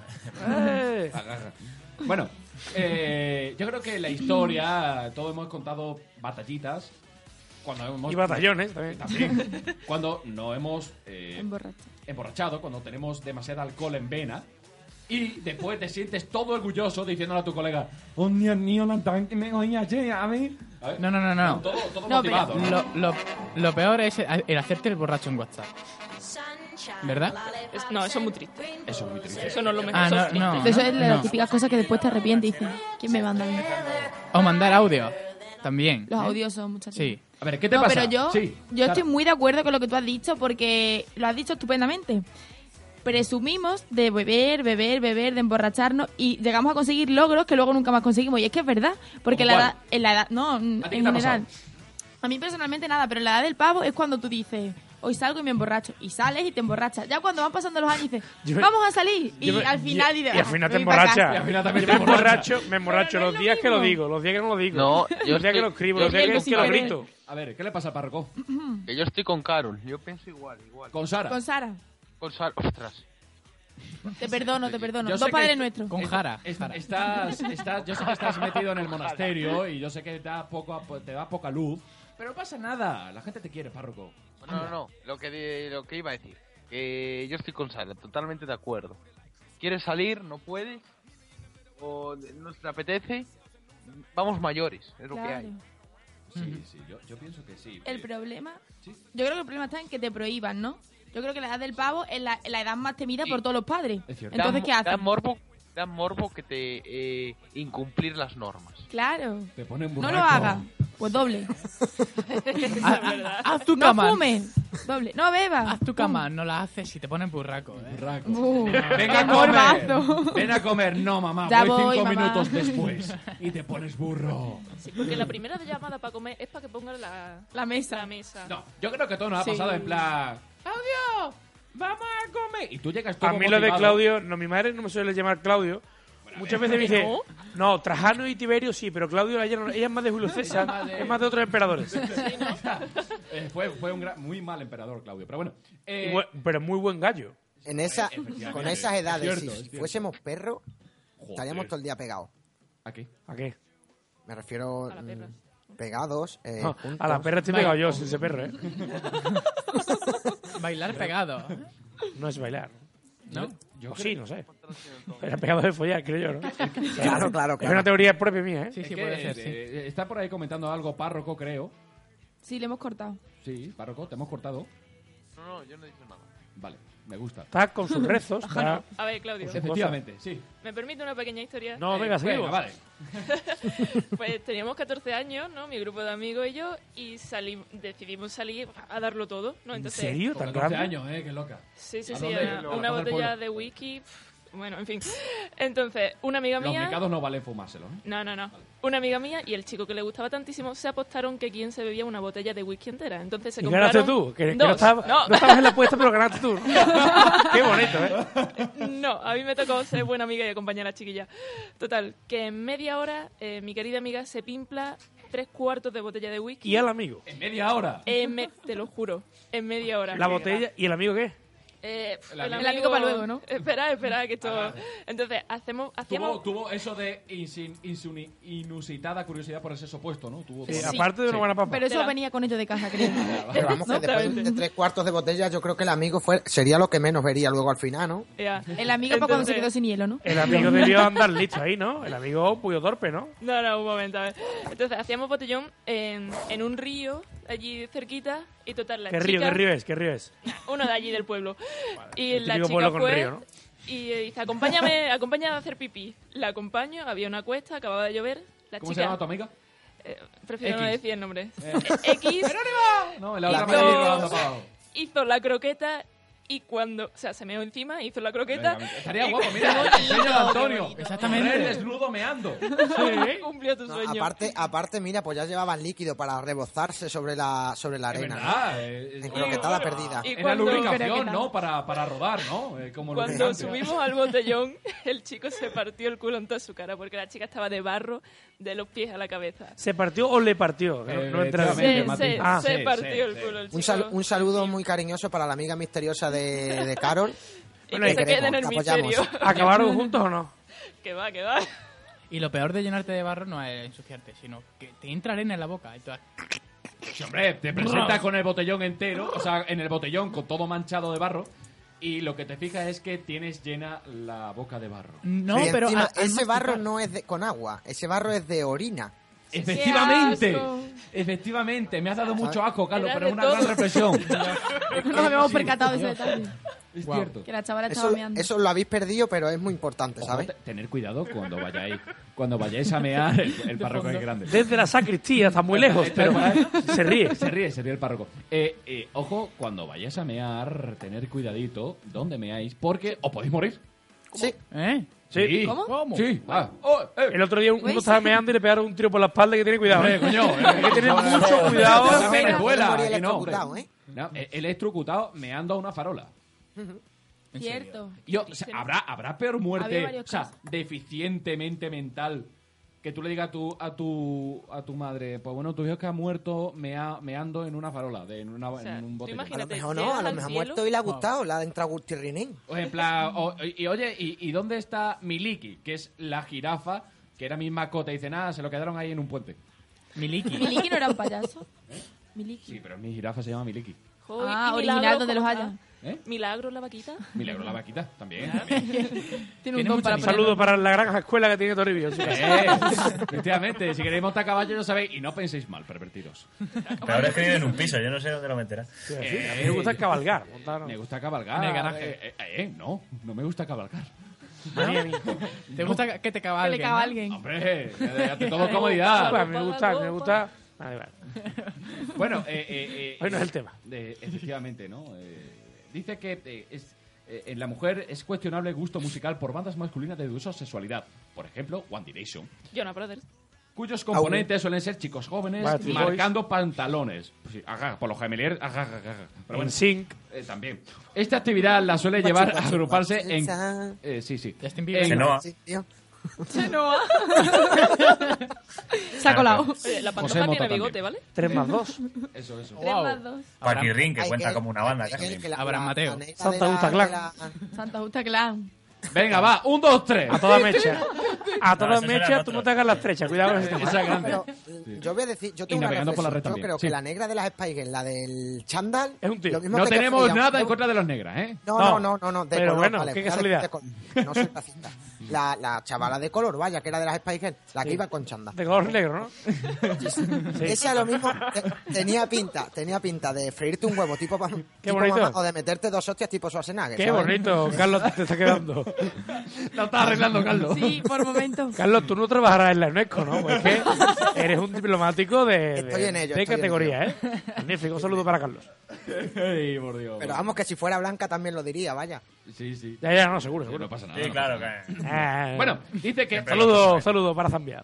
Eh. Agarra. Bueno, eh, yo creo que la historia, todos hemos contado batallitas. Cuando hemos, Y batallones también. También. Cuando no hemos eh, Emborracha. emborrachado, cuando tenemos demasiado alcohol en vena. Y después te sientes todo orgulloso diciéndole a tu colega: "Oh, Dios mío, la tanque me oye ayer, a mí". A ver, No, no, no, no. Todo, todo No, pero- motivado, ¿no? Lo, lo, lo peor es el, el hacerte el borracho en WhatsApp. ¿Verdad? Es- no, eso es muy triste. Eso es muy triste. Eso no es lo mejor. Ah, eso es no, triste. no. De eso es de las No. típicas cosas que después te arrepientes y dices, ¿quién me manda a mí? O mandar audio. También. Los ¿eh? audios son muchas Sí. A ver, ¿qué te No, pasa? pero yo, Sí, yo Sara. estoy muy de acuerdo con lo que tú has dicho porque lo has dicho estupendamente. Presumimos de beber, beber, beber, de emborracharnos y llegamos a conseguir logros que luego nunca más conseguimos. Y es que es verdad, porque ¿Cómo la cuál? edad, en la edad, no, en ¿A ti qué te ha general. pasado? A mí personalmente nada, pero en la edad del pavo es cuando tú dices, hoy salgo y me emborracho. Y sales y te emborrachas. Ya cuando van pasando los años dices, Yo me- vamos a salir. Y Yo me- al final y, dices, y al "Ah, final me te voy pa' casa". emborrachas. Y al final también Yo me te emborrachas. emborracho, me emborracho Pero no los es días lo que lo mismo. digo, los días que no lo digo. No, yo los días que estoy- lo escribo, yo los días estoy que, que lo con Carol. grito. A ver, ¿qué le pasa al párroco? Que yo estoy con Carol. Yo pienso igual, igual. Con Sara. Con Sara. Con Sar- Ostras. Te perdono, te perdono. Yo sé Dos que- padres nuestros. Con Jara. Es- Jara. estás, estás, yo sé que estás metido en el monasterio y yo sé que da poco, a- te da poca luz, pero no pasa nada. La gente te quiere, párroco. No, no, no. Lo que, di- lo que iba a decir. Que yo estoy con Sara, totalmente de acuerdo. ¿Quieres salir? ¿No puedes? ¿O no te apetece? Vamos mayores, es lo que hay. Sí, sí, yo, yo pienso que sí. El problema, yo creo que el problema está en que te prohíban, ¿no? Yo creo que la edad del pavo es la, la edad más temida por todos los padres. Es cierto. Entonces, Da- ¿qué Da hacen? morbo, da morbo que te eh, incumplir las normas. Claro. Te ponen No burraco. lo hagas. Pues doble. Haz tu No cama. fumen. Doble. No bebas. Haz tu cama, no la haces y te pones burraco. ¿eh? Burraco. Uh, Venga a qué comer. morbazo. Ven a comer. No, mamá. Ya voy voy, cinco mamá. minutos después. Y te pones burro. Sí, porque la primera llamada para comer es para que pongan la, La mesa. la mesa. No, yo creo que todo nos ha Sí. pasado en plan... ¡Claudio! ¡Vamos a comer! Y tú llegas todo A mí lo de motivado. Claudio, no, mi madre no me suele llamar Claudio. Muchas veces me dice, ¿No? no, Trajano y Tiberio sí, pero Claudio ella, no- ella es más de Julio César, más de- es más de otros emperadores. Eh, fue, fue un gran- muy mal emperador, Claudio. Pero bueno. eh, Y bu- pero muy buen gallo. En esa, efectivamente. con esas edades, Es cierto, si es cierto. fuésemos perros, joder. estaríamos todo el día pegados. ¿A qué? ¿A qué? Me refiero A la perra. mm, pegados. Eh, No, juntos. a la perra estoy Vale. pegado yo, sin ese perro, ¿eh? Bailar pegado. No es bailar. ¿No? Yo O creo- sí, no sé. Era pegado de follar, creo yo, ¿no? Claro, claro, Es claro. una teoría propia mía, ¿eh? Sí, Es sí, que, puede ser, sí. eh, está por ahí comentando algo párroco, creo. Sí, le hemos cortado. Sí, párroco, te hemos cortado. No, no, yo no he dicho nada. Vale, me gusta. Está con sus rezos. Está... A ver, Claudio, Efectivamente, sí. ¿me permite una pequeña historia? No, venga, Venga, seguimos. vale. Pues teníamos catorce años, ¿no? Mi grupo de amigos y yo, y salim- decidimos salir a darlo todo, ¿no? ¿En Entonces, serio? Con ¿Tan catorce grande? años, eh, qué loca. Sí, sí, ¿A sí, dónde? a- A una todo el botella pueblo. de whisky, pf, bueno, en fin. Entonces, una amiga Los mía... mecados no valen fumárselo, ¿eh? No, no, no. Una amiga mía y el chico que le gustaba tantísimo se apostaron que quién se bebía una botella de whisky entera. Entonces se Y compraron... ganaste tú, que, que no, dos. estabas, no. no estabas en la apuesta, pero ganaste tú. ¿no? Qué bonito, ¿eh? No, a mí me tocó ser buena amiga y acompañar a la chiquilla. Total, que en media hora eh, mi querida amiga se pimpla tres cuartos de botella de whisky. Y al amigo. En media hora. En me- te lo juro, en media hora. La botella. ¿Y el amigo qué? Eh, pf, El El amigo para luego, ¿no? Espera, espera, que esto... Ah. Entonces, hacemos... Tuvo, hacíamos... tuvo eso de insin- insuni- inusitada curiosidad por el sexo opuesto, ¿no? Tuvo Sí, todo. aparte de una Sí. buena papa. Pero eso Espera. venía con ello de casa, creo. Pero vamos, que después de tres cuartos de botella, yo creo que el amigo fue, sería lo que menos vería luego al final, ¿no? Ya. El amigo para cuando se Entonces- quedó sin hielo, ¿no? El amigo debió andar listo ahí, ¿no? El amigo puyo torpe, ¿no? No, no, un momento, a ver. Entonces, hacíamos botellón en, en un río, allí cerquita, y total, la ¿Qué chica... río, qué río es? ¿Qué río es? Uno de allí del pueblo. Y el la típico chica pueblo con fue río, ¿no? y eh, dice, acompáñame, acompáñame a hacer pipí. La acompaño, había una cuesta, acababa de llover. La ¿Cómo se chica, llama tu amiga? eh, prefiero no X. decir el nombre. Eh. Eh, X No, en la otra La media amiga hora de anda para abajo. hizo la croqueta y cuando... O sea, se meó encima, hizo la croqueta... Venga, estaría y guapo, cuando- mira, enseña a Antonio. Exactamente. Correr desnudo meando. Cumplió tu No, sueño. aparte, aparte, mira, pues ya llevaban líquido para rebozarse sobre la, sobre la Es arena. verdad. eh, En eh, croquetada bueno, perdida. y Era cuando- lubricación, ¿no? Para, para rodar, ¿no? Eh, como Cuando lubricante. subimos al botellón, el chico se partió el culo en toda su cara porque la chica estaba de barro de los pies a la cabeza. ¿Se partió o le partió? Que no- no entra en- Efectivamente, Se, Mati. se- Ah, se sí, partió sí, el sí. culo el chico. Un, sal- un saludo muy cariñoso para la amiga misteriosa de, de Carol. Y Bueno, que y se quede en el te apoyamos. misterio. ¿Acabaron juntos o no? Que va, que va. Y lo peor de llenarte de barro no es ensuciarte, sino que te entra arena en la boca. Y tú... Sí, hombre, te presentas con el botellón entero, o sea, en el botellón con todo manchado de barro, y lo que te fijas es que tienes llena la boca de barro. No, Y pero... encima, al- al ese barro masticar- no es de, con agua, ese barro es de orina. Efectivamente, asco! efectivamente, me has dado mucho asco, Carlos, Era pero de es una todo. gran reflexión. No nos habíamos percatado de ese detalle. Es Wow. cierto. Que la chavala estaba Eso, meando. eso lo habéis perdido, pero es muy importante, Ojo, ¿sabes? te- tener cuidado cuando vayáis, cuando vayáis a mear, el, el párroco es grande. Desde la sacristía, está muy lejos, pero se ríe. Se ríe, se ríe el párroco. Eh, eh, ojo, cuando vayáis a mear, tener cuidadito donde meáis, porque os podéis morir. Sí. ¿Eh? Sí. ¿Cómo? ¿Cómo? Sí. Ah, oh, eh. El otro día uno Uy, estaba sí. meando y le pegaron un tiro por la espalda, que tiene cuidado. Hombre, ¿eh? coño, eh, Hay que tener no, no, mucho no. cuidado. Estás en Pero Venezuela, no morir aquí no, electrocutado, hombre. ¿eh? No, eh, electrocutado meando a una farola. ¿En Cierto. serio? Y, o sea, ¿habrá, ¿Habrá peor Había muerte, varios o sea, casos. deficientemente mental, que tú le digas a tu, a tu, a tu madre, pues bueno, tu hijo que ha muerto mea- meando en una farola, de, en, una, sea, en un tú botellón? A lo imagínate, mejor no, llegas a lo al mejor ha cielo. muerto y le ha gustado, le ha entrado gustirrinín. O en plan, o- y, y oye, y, ¿y dónde está Miliki? Que es la jirafa, que era mi mascota. Y dice, nada, se lo quedaron ahí en un puente. Miliki. Miliki no era un payaso. Miliki. Sí, pero mi jirafa se llama Miliki. Joder, Ah, ¿y original Milagro donde los cómo haya. está? ¿Eh? Milagro la vaquita. Milagro la vaquita, también. también. Tiene un don para Un poner- saludo para la granja escuela que tiene Toribio. en su casa. Eh, efectivamente, si queréis montar caballo, ya sabéis, y no penséis mal, pervertidos. Pero ahora es que vive en un piso, yo no sé dónde lo meterá. Sí, sí, a mí me gusta cabalgar. montar- Me gusta cabalgar. En el garaje. Eh, eh, eh, no, no me gusta cabalgar. A mí, a mí. ¿Te gusta que te Que cabalguen? le ¿no? caga alguien. Hombre, eh, ante todo comodidad. Pues a mí me gusta, a mí me gusta. Vale, vale. Bueno, eh, eh, eh, Hoy no es el tema. eh, efectivamente, ¿no? Eh, dice que eh, es, eh, en la mujer es cuestionable el gusto musical por bandas masculinas de dudosa sexualidad. Por ejemplo, One Direction. Jonas Brothers. Cuyos componentes suelen ser chicos jóvenes Vale, Boys. marcando pantalones. Pues sí, ajá, por los gemeliers, ajá, ajá, ajá. Pero bueno, En sync. eh, también. Esta actividad la suele llevar a agruparse en... Eh, sí, sí. Justin Bieber. En- Chenoa. Sí, tío. Chenoa. Se ha colado. Oye, la José pantoja Mota tiene bigote, también. ¿vale? tres más dos. Eso, eso. Tres más dos. Paquirrín, que Hay cuenta que- como una banda. hay que- casi. que la- Abraham la- Mateo. la negra Santa de la- Justa de Clan. la- Santa Justa Clan. Venga, va, un, dos, tres. A toda mecha. A No, todas esos eran mechas, tú otros. no te hagas la estrecha. Cuidado con ese tema. Esa grande. Pero yo voy a decir, yo tengo una navegando por la reflexión. red Yo también, creo sí. que la negra de las Spice Girls, la del chándal, Es un tío. lo mismo No que tenemos prefería- nada en contra de los negras, ¿eh? No, No. no, no, no, no, de Pero color, bueno, vale, qué fuera de- casualidad. de color. No soy racista. La, la chavala de color, vaya, que era de las Spice Girls, la que Sí. iba con chándal. De color negro, ¿no? Sí. Esa lo mismo te- tenía pinta, tenía pinta de freírte un huevo tipo, pa- tipo bonito. mamá, o de meterte dos hostias tipo Schwarzenegger. Qué ¿sabes? bonito, Carlos, te está quedando. Lo está arreglando, Carlos. Sí, por momento. Carlos, tú no trabajarás en la UNESCO, ¿no? Pues es que eres un diplomático de, de, Estoy en ello, de estoy en categoría, ¿eh? Magnífico, un saludo para Carlos. Ay, por Dios. Pero vamos, que si fuera blanca también lo diría, vaya. Sí, sí. Ya, ya, no, seguro, Sí, seguro. no pasa nada. Sí, no claro. pasa nada. que- Ah, Bueno, dice que saludo, saludo para Zambia.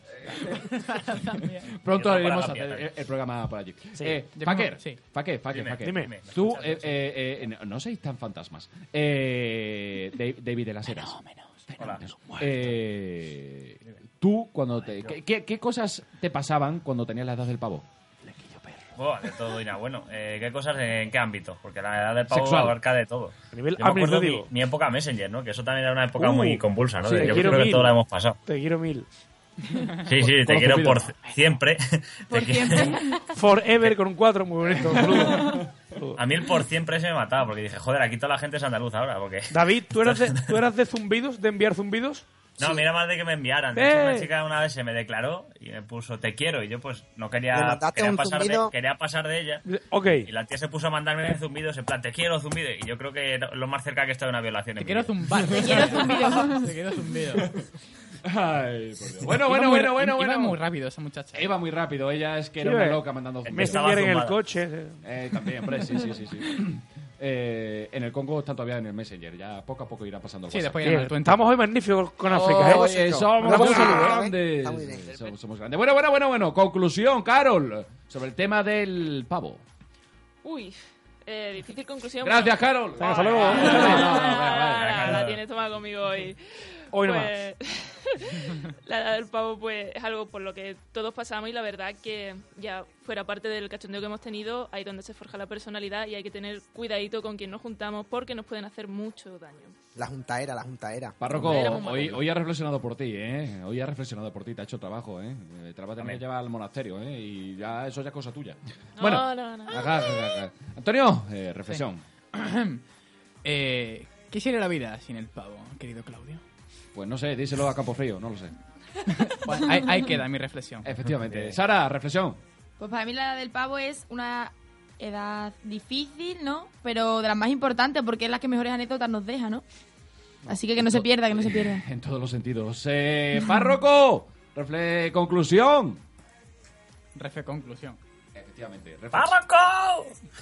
pronto Yo iremos a para hacer Gambia el, el programa por allí. Sí. Eh, Yo Faker, mismo- sí. Faker, Faker, Dime, Faker. dime, Dime. me Tú, escuchas, eh, eh, eh, no- no seis tan fantasmas. Eh, Dave- David de las Heras. Hola. Eh, tú, cuando te. ¿qué, qué, qué cosas te pasaban cuando tenías la edad del pavo? Buah, de todo y nada. Bueno, eh, ¿qué cosas en qué ámbito? Porque la edad del pavo Sexual. abarca de todo. A nivel Yo me acuerdo mi, administrativo. mi época Messenger, ¿no? Que eso también era una época Uh, muy convulsa, ¿no? sí, De- te Yo quiero creo que mil. todo la hemos pasado. Te quiero mil. Sí, sí, te Con quiero Cupido. por siempre. Por Te quiero- siempre. Forever con un cuatro, muy bonito. Saludo. Saludo. A mí el por siempre se me mataba porque dije, joder, aquí toda la gente es andaluz ahora. Porque... David, ¿tú eras, de, ¿tú eras de zumbidos, de enviar zumbidos? No, mira más de que me enviaran. De Eh. hecho, una chica una vez se me declaró y me puso te quiero y yo pues no ¿Le quería, mandaste quería un pasar de, zumbido? quería pasar de ella. Ok. Y la tía se puso a mandarme zumbidos en plan, te quiero zumbido. Y yo creo que era lo más cerca que he estado de una violación. Te en mi quiero vida. zumbar. Te quiero zumbido. Te quiero zumbido. Ay, por Dios. Bueno, Iba bueno, muy- bueno, bueno, Iba bueno. muy rápido esa muchacha. Iba muy rápido. Ella es que Sí, era una eh. loca mandando Me zumbidos. estaba Messenger en el zumbada. coche. Eh, también, hombre, sí, sí, sí. sí. Eh, en el Congo están todavía en el Messenger. Ya poco a poco irán pasando el Sí, WhatsApp. después ya no Bien, el Twenty. estamos hoy magníficos con África, ¿eh? Oye, somos Mandamos un saludo, ¿eh? grandes. Está muy bien. Somos, somos grandes. Bueno, bueno, bueno, bueno. Conclusión, Carol, sobre el tema del pavo. Uy, eh, difícil conclusión. Gracias, bueno. Carol. Venga, hasta luego. No, no, no, no, no, Ah, no, no. la tienes tomada conmigo hoy. Hoy no Pues, la edad del pavo pues es algo por lo que todos pasamos y la verdad que ya fuera parte del cachondeo que hemos tenido, ahí donde se forja la personalidad y hay que tener cuidadito con quien nos juntamos porque nos pueden hacer mucho daño. La juntaera, la juntaera. Párroco, Éramos hoy, modernos. hoy ha reflexionado por ti, ¿eh? Hoy ha reflexionado por ti, te ha hecho trabajo, ¿eh? Te la va a tener Amén. que llevar al monasterio, ¿eh? Y ya eso ya es cosa tuya. No, bueno, no, no. ajá, ajá, ajá. Antonio, eh, reflexión. Eh, ¿Qué sería la vida sin el pavo, querido Claudio? Pues no sé, díselo a Campofrío, no lo sé. Pues ahí, ahí queda mi reflexión. Efectivamente. Sara, reflexión. Pues para mí la edad del pavo es una edad difícil, ¿no? Pero de las más importantes porque es la que mejores anécdotas nos deja, ¿no? Así que que no se pierda, que no se pierda. En todos los sentidos. Eh, párroco, refle conclusión. Refe conclusión. Efectivamente. reflex- ¡Párroco!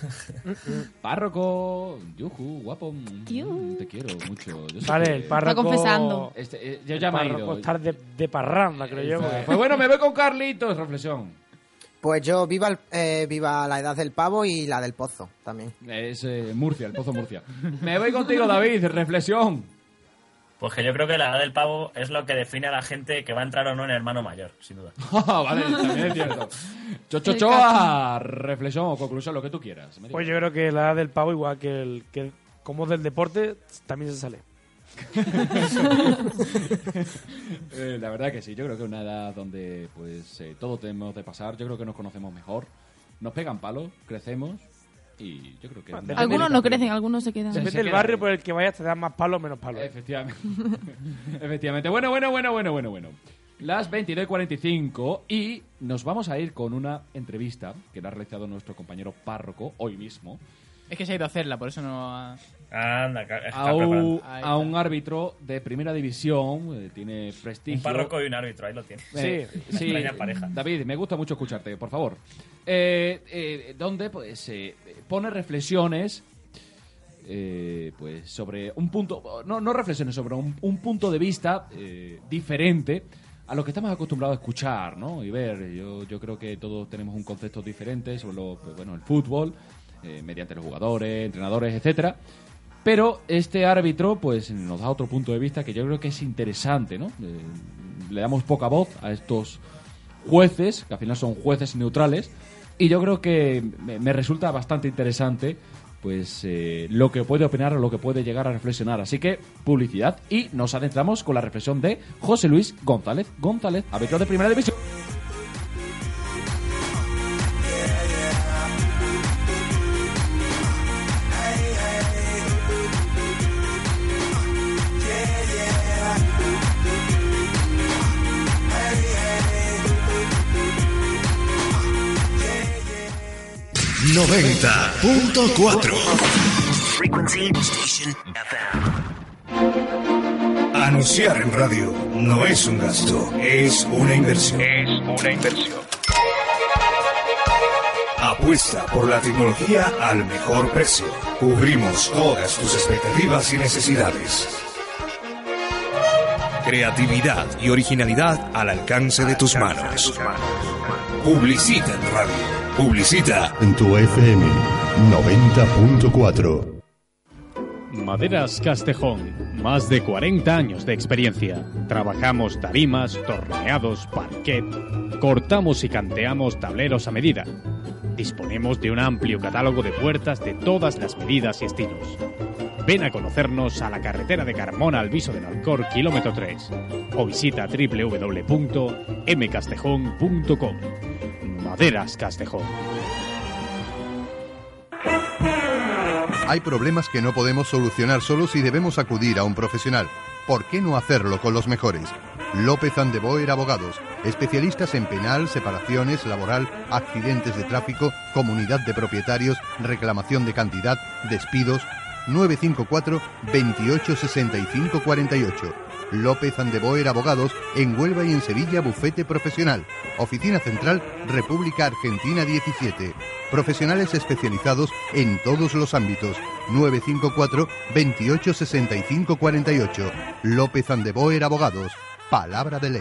Párroco, yuju, guapo. mm, Yu. Te quiero mucho. Yo sé Vale, que- el párroco... Está confesando. Este, eh, yo El ya me he párroco ido. estar de, de parranda, creo yo. porque- Pues bueno, me voy con Carlitos, reflexión. Pues yo viva, el- eh, viva la edad del pavo y la del pozo también. Es eh, Murcia, el Pozo Murcia. Me voy contigo, David, reflexión. Pues que yo creo que la edad del pavo es lo que define a la gente que va a entrar o no en hermano mayor, sin duda. Vale, también es cierto. Chocho El Choa, reflexión o conclusión, lo que tú quieras. Me Pues digas. yo creo que la edad del pavo, igual que el que como del deporte, también se sale. Eh, la verdad que sí, yo creo que es una edad donde pues eh, todo tenemos de pasar, yo creo que nos conocemos mejor, nos pegan palos, crecemos y yo creo que... Bueno, Algunos no crecen, algunos se quedan. Depende del barrio por el que vayas, te dan más palos o menos palos. Efectivamente. Efectivamente. Bueno, bueno, bueno, bueno, bueno, bueno. Las veintidós y cuarenta y cinco y nos vamos a ir con una entrevista que le ha realizado nuestro compañero párroco hoy mismo. Es que se ha ido a hacerla, por eso no ha... Anda, está a, un, preparando. a un árbitro de primera división, eh, tiene prestigio. Un párroco y un árbitro, ahí lo tiene. Eh, sí, sí. pareja. David, me gusta mucho escucharte, por favor. Eh, eh, donde pues eh, pone reflexiones eh, pues sobre un punto, no, no reflexiones, sobre un, un punto de vista eh, diferente a lo que estamos acostumbrados a escuchar, ¿no? Y ver, yo, yo creo que todos tenemos un concepto diferente sobre lo, pues, bueno, el fútbol, eh, mediante los jugadores, entrenadores, etcétera. Pero este árbitro, pues, nos da otro punto de vista que yo creo que es interesante, ¿no? Eh, le damos poca voz a estos jueces, que al final son jueces neutrales, y yo creo que me, me resulta bastante interesante, pues, eh, lo que puede opinar o lo que puede llegar a reflexionar. Así que, publicidad, y nos adentramos con la reflexión de José Luis González González, árbitro de Primera División. noventa punto cuatro. Frequency Station F M. Anunciar en radio no es un gasto, es una inversión. Es una inversión. Apuesta por la tecnología al mejor precio. Cubrimos todas tus expectativas y necesidades. Creatividad y originalidad al alcance de tus manos. Publicita en radio. Publicita en tu F M noventa punto cuatro. Maderas Castejón, más de cuarenta años de experiencia. Trabajamos tarimas, torneados, parquet. Cortamos y canteamos tableros a medida. Disponemos de un amplio catálogo de puertas de todas las medidas y estilos. Ven a conocernos a la carretera de Carmona al Viso del Alcor, kilómetro tres. O visita doble u doble u doble u punto m castejón punto com. Maderas Castejón. Hay problemas que no podemos solucionar solos y debemos acudir a un profesional. ¿Por qué no hacerlo con los mejores? López and de Boer Abogados, especialistas en penal, separaciones, laboral, accidentes de tráfico, comunidad de propietarios, reclamación de cantidad, despidos. nueve cinco cuatro, veintiocho, sesenta y cinco, cuarenta y ocho. López and de Boer Abogados, en Huelva y en Sevilla, bufete profesional. Oficina Central, República Argentina diecisiete. Profesionales especializados en todos los ámbitos. nueve cinco cuatro, veintiocho, sesenta y cinco, cuarenta y ocho. López and de Boer Abogados. Palabra de ley.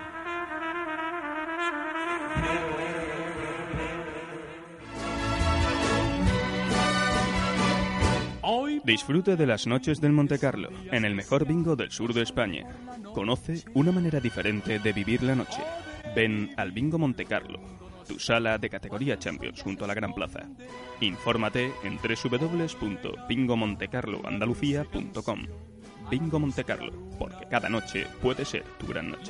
Disfrute de las noches del Montecarlo, en el mejor bingo del sur de España. Conoce una manera diferente de vivir la noche. Ven al Bingo Montecarlo, tu sala de categoría Champions junto a la Gran Plaza. Infórmate en doble u doble u doble u punto bingo montecarlo andalucía punto com. Bingo Montecarlo, porque cada noche puede ser tu gran noche.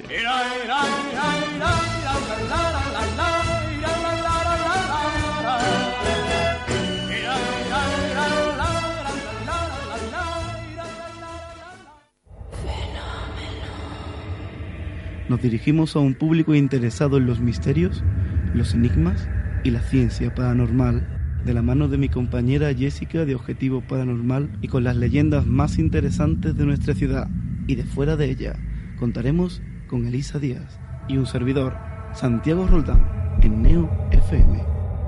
Nos dirigimos a un público interesado en los misterios, los enigmas y la ciencia paranormal, de la mano de mi compañera Jessica de Objetivo Paranormal y con las leyendas más interesantes de nuestra ciudad y de fuera de ella. Contaremos con Elisa Díaz y un servidor, Santiago Roldán, en Neo F M.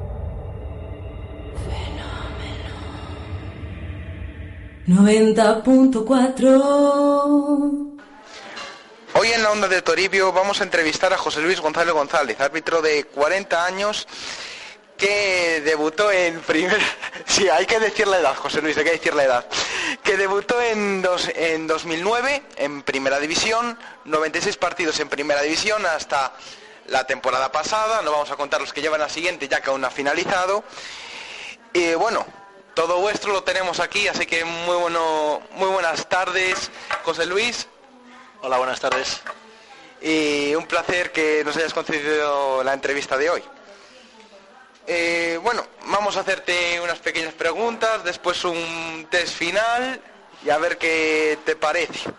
noventa punto cuatro. Hoy en la onda de Toribio vamos a entrevistar a José Luis González González, árbitro de cuarenta años que debutó en primera... Sí, hay que decir la edad, José Luis, hay que decir la edad. Que debutó en, dos, en dos mil nueve en Primera División, noventa y seis partidos en Primera División hasta la temporada pasada. No vamos a contar los que llevan la siguiente, ya que aún no ha finalizado. Y bueno, todo vuestro lo tenemos aquí, así que muy bueno, muy buenas tardes, José Luis. Hola, buenas tardes. Y un placer que nos hayas concedido la entrevista de hoy. eh, bueno, vamos a hacerte unas pequeñas preguntas, después un test final y a ver qué te parece.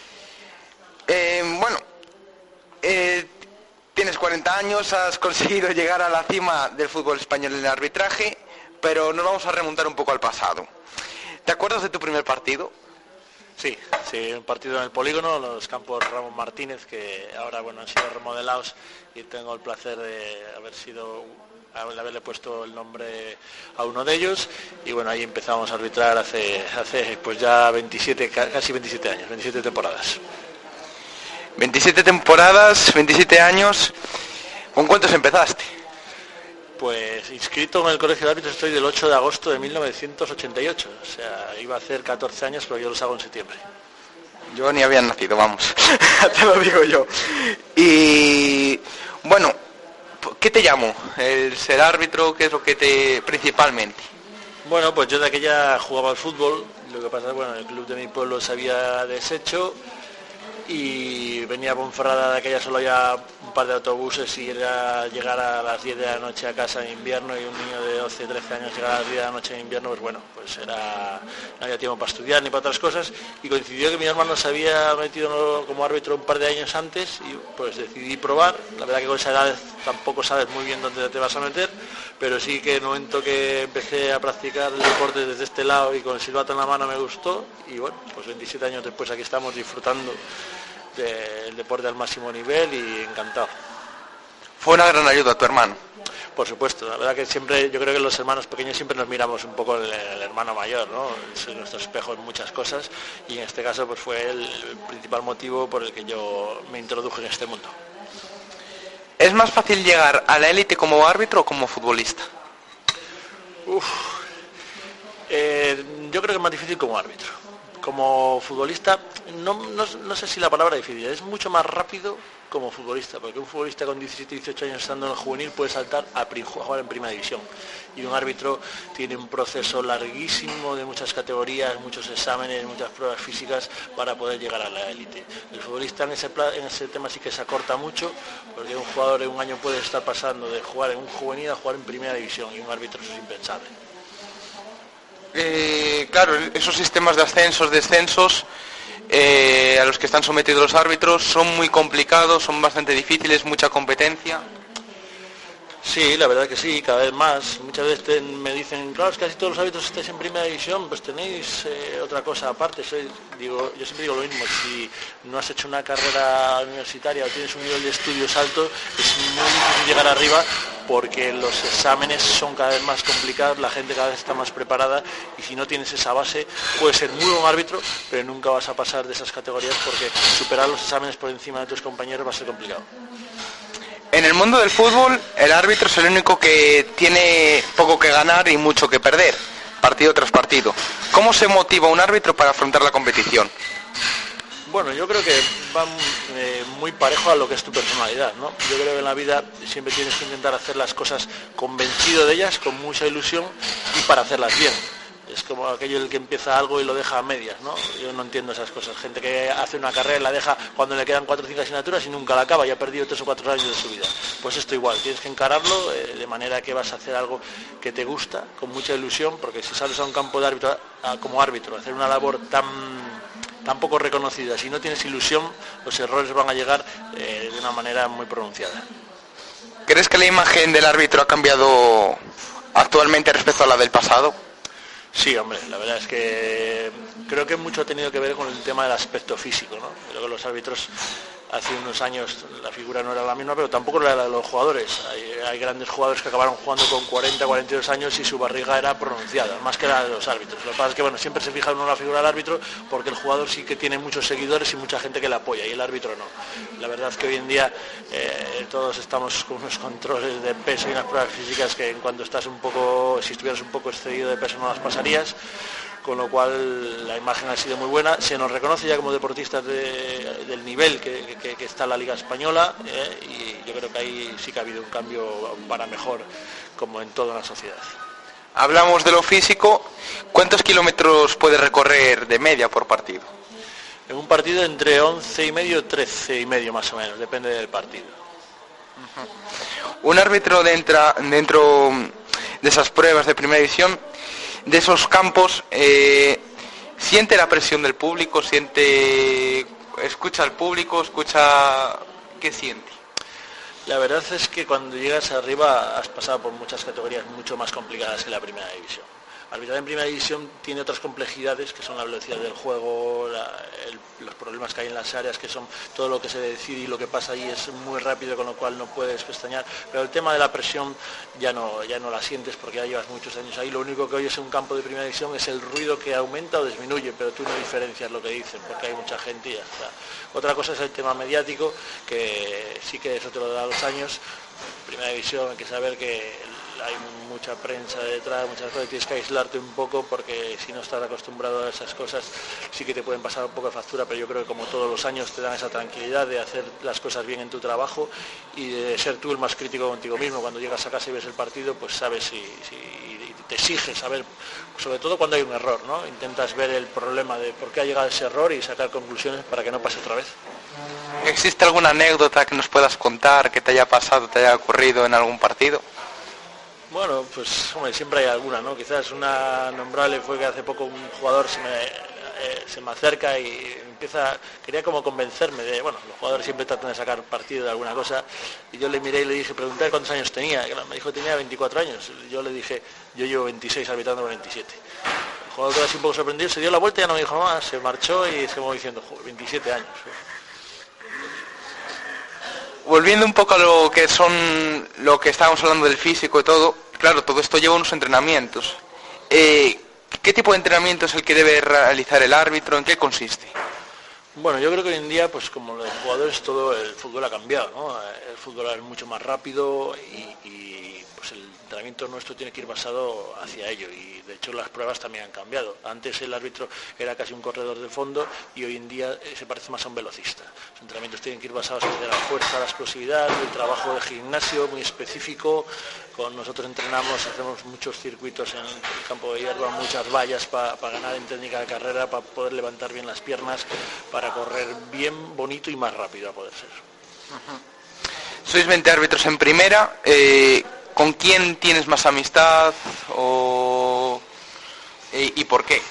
Eh, bueno, eh, tienes cuarenta años, has conseguido llegar a la cima del fútbol español en el arbitraje, pero nos vamos a remontar un poco al pasado. ¿Te acuerdas de tu primer partido? Sí, sí, un partido en el polígono, los campos Ramón Martínez, que ahora bueno han sido remodelados y tengo el placer de haber sido, de haberle puesto el nombre a uno de ellos, y bueno, ahí empezamos a arbitrar hace, hace pues ya veintisiete, casi veintisiete años, veintisiete temporadas. veintisiete temporadas, veintisiete años. ¿Con cuántos empezaste? Pues inscrito en el Colegio de Árbitros estoy del ocho de agosto de mil novecientos ochenta y ocho, o sea, iba a hacer catorce años, pero yo los hago en septiembre. Yo ni había nacido, vamos, te lo digo yo. Y bueno, ¿qué te llamo? ¿El ser árbitro? ¿Qué es lo que te principalmente? Bueno, pues yo de aquella jugaba al fútbol, lo que pasa es que bueno, el club de mi pueblo se había deshecho y venía a Ponferrada, de aquella solo había un par de autobuses y era llegar a las diez de la noche a casa en invierno, y un niño de doce, trece años llegar a las diez de la noche en invierno, pues bueno, pues era, no había tiempo para estudiar ni para otras cosas, y coincidió que mi hermano se había metido como árbitro un par de años antes y pues decidí probar. La verdad que con esa edad tampoco sabes muy bien dónde te vas a meter, pero sí que en el momento que empecé a practicar el deporte desde este lado y con el silbato en la mano me gustó, y bueno, pues veintisiete años después aquí estamos disfrutando del deporte al máximo nivel y encantado. Fue una gran ayuda a tu hermano. Por supuesto, la verdad que siempre, yo creo que los hermanos pequeños siempre nos miramos un poco el, el hermano mayor, ¿no? Es nuestro espejo en muchas cosas, y en este caso pues fue el, el principal motivo por el que yo me introduje en este mundo. ¿Es más fácil llegar a la élite como árbitro o como futbolista? Uf, eh, yo creo que es más difícil como árbitro. Como futbolista, no, no, no sé si la palabra es difícil, es mucho más rápido como futbolista, porque un futbolista con diecisiete, dieciocho años estando en el juvenil puede saltar a jugar en primera división, y un árbitro tiene un proceso larguísimo de muchas categorías, muchos exámenes, muchas pruebas físicas para poder llegar a la élite. El futbolista en ese, en ese tema sí que se acorta mucho, porque un jugador en un año puede estar pasando de jugar en un juvenil a jugar en primera división, y un árbitro eso es impensable. Eh, claro, esos sistemas de ascensos, descensos eh, a los que están sometidos los árbitros son muy complicados, son bastante difíciles, mucha competencia. Sí, la verdad que sí, cada vez más. Muchas veces te, me dicen, claro, es que casi todos los árbitros estáis en primera división, pues tenéis eh, otra cosa aparte. Soy, digo, yo siempre digo lo mismo, si no has hecho una carrera universitaria o tienes un nivel de estudios alto, es muy difícil llegar arriba, porque los exámenes son cada vez más complicados, la gente cada vez está más preparada, y si no tienes esa base puedes ser muy buen árbitro, pero nunca vas a pasar de esas categorías, porque superar los exámenes por encima de tus compañeros va a ser complicado. En el mundo del fútbol, el árbitro es el único que tiene poco que ganar y mucho que perder, partido tras partido. ¿Cómo se motiva un árbitro para afrontar la competición? Bueno, yo creo que va eh, muy parejo a lo que es tu personalidad, ¿no? Yo creo que en la vida siempre tienes que intentar hacer las cosas convencido de ellas, con mucha ilusión, y para hacerlas bien. Es como aquello el que empieza algo y lo deja a medias, ¿no? Yo no entiendo esas cosas. Gente que hace una carrera y la deja cuando le quedan cuatro o cinco asignaturas y nunca la acaba, y ha perdido tres o cuatro años de su vida. Pues esto igual, tienes que encararlo eh, de manera que vas a hacer algo que te gusta, con mucha ilusión, porque si sales a un campo de árbitro, a, como árbitro, a hacer una labor tan, tan poco reconocida, si no tienes ilusión, los errores van a llegar eh, de una manera muy pronunciada. ¿Crees que la imagen del árbitro ha cambiado actualmente respecto a la del pasado? Sí, hombre, la verdad es que creo que mucho ha tenido que ver con el tema del aspecto físico, ¿no? Creo que los árbitros hace unos años la figura no era la misma, pero tampoco era la de los jugadores. Hay, hay grandes jugadores que acabaron jugando con cuarenta, cuarenta y dos años y su barriga era pronunciada, más que la de los árbitros. Lo que pasa es que bueno, siempre se fija uno en la figura del árbitro, porque el jugador sí que tiene muchos seguidores y mucha gente que le apoya, y el árbitro no. La verdad es que hoy en día eh, todos estamos con unos controles de peso y unas pruebas físicas que en cuanto estás un poco, si estuvieras un poco excedido de peso no las pasarías, con lo cual la imagen ha sido muy buena. Se nos reconoce ya como deportistas de, del nivel que, que, que está la Liga Española, eh, y yo creo que ahí sí que ha habido un cambio para mejor, como en toda la sociedad. Hablamos de lo físico. ¿Cuántos kilómetros puede recorrer de media por partido? En un partido entre once y medio, trece y medio más o menos, depende del partido. Un árbitro dentro, dentro de esas pruebas de primera división, de esos campos, eh, ¿siente la presión del público? ¿Siente, escucha al público? ¿Escucha qué siente? La verdad es que cuando llegas arriba has pasado por muchas categorías mucho más complicadas que la primera división. Arbitrar en primera división tiene otras complejidades, que son la velocidad del juego, la, el, los problemas que hay en las áreas, que son todo lo que se decide y lo que pasa ahí es muy rápido, con lo cual no puedes pestañear. Pero el tema de la presión ya no, ya no la sientes porque ya llevas muchos años ahí. Lo único que oyes en un campo de primera división es el ruido que aumenta o disminuye, pero tú no diferencias lo que dicen porque hay mucha gente y ya está. Otra cosa es el tema mediático, que sí que eso te lo da los años. En primera división hay que saber que hay mucha prensa detrás, muchas cosas, tienes que aislarte un poco porque si no estás acostumbrado a esas cosas sí que te pueden pasar un poco de factura, pero yo creo que como todos los años te dan esa tranquilidad de hacer las cosas bien en tu trabajo y de ser tú el más crítico contigo mismo. Cuando llegas a casa y ves el partido, pues sabes si, si y te exiges saber, sobre todo cuando hay un error, ¿no? Intentas ver el problema de por qué ha llegado ese error y sacar conclusiones para que no pase otra vez. ¿Existe alguna anécdota que nos puedas contar que te haya pasado, te haya ocurrido en algún partido? Bueno, pues hombre, siempre hay alguna, ¿no? Quizás una nombrable fue que hace poco un jugador se me, eh, se me acerca y empieza, quería como convencerme de, bueno, los jugadores siempre tratan de sacar partido de alguna cosa, y yo le miré y le dije, pregunté cuántos años tenía, y me dijo que tenía veinticuatro años, yo le dije, yo llevo veintiséis arbitrando por veintisiete. El jugador quedó así un poco sorprendido, se dio la vuelta y ya no me dijo nada, se marchó y se me diciendo, veintisiete años. Volviendo un poco a lo que son, lo que estábamos hablando del físico y todo, claro, todo esto lleva unos entrenamientos. Eh, ¿Qué tipo de entrenamiento es el que debe realizar el árbitro? ¿En qué consiste? Bueno, yo creo que hoy en día, pues como los jugadores, todo el fútbol ha cambiado, ¿no? El fútbol es mucho más rápido y, y pues el entrenamiento nuestro tiene que ir basado hacia ello, y de hecho las pruebas también han cambiado. Antes el árbitro era casi un corredor de fondo y hoy en día se parece más a un velocista. Los entrenamientos tienen que ir basados hacia la fuerza, la explosividad, el trabajo de gimnasio muy específico. Con nosotros entrenamos, hacemos muchos circuitos en el campo de hierba, muchas vallas para pa ganar en técnica de carrera, para poder levantar bien las piernas, para correr bien, bonito y más rápido a poder ser. Uh-huh. Sois veinte árbitros en primera. Eh, ¿Con quién tienes más amistad o y, y por qué?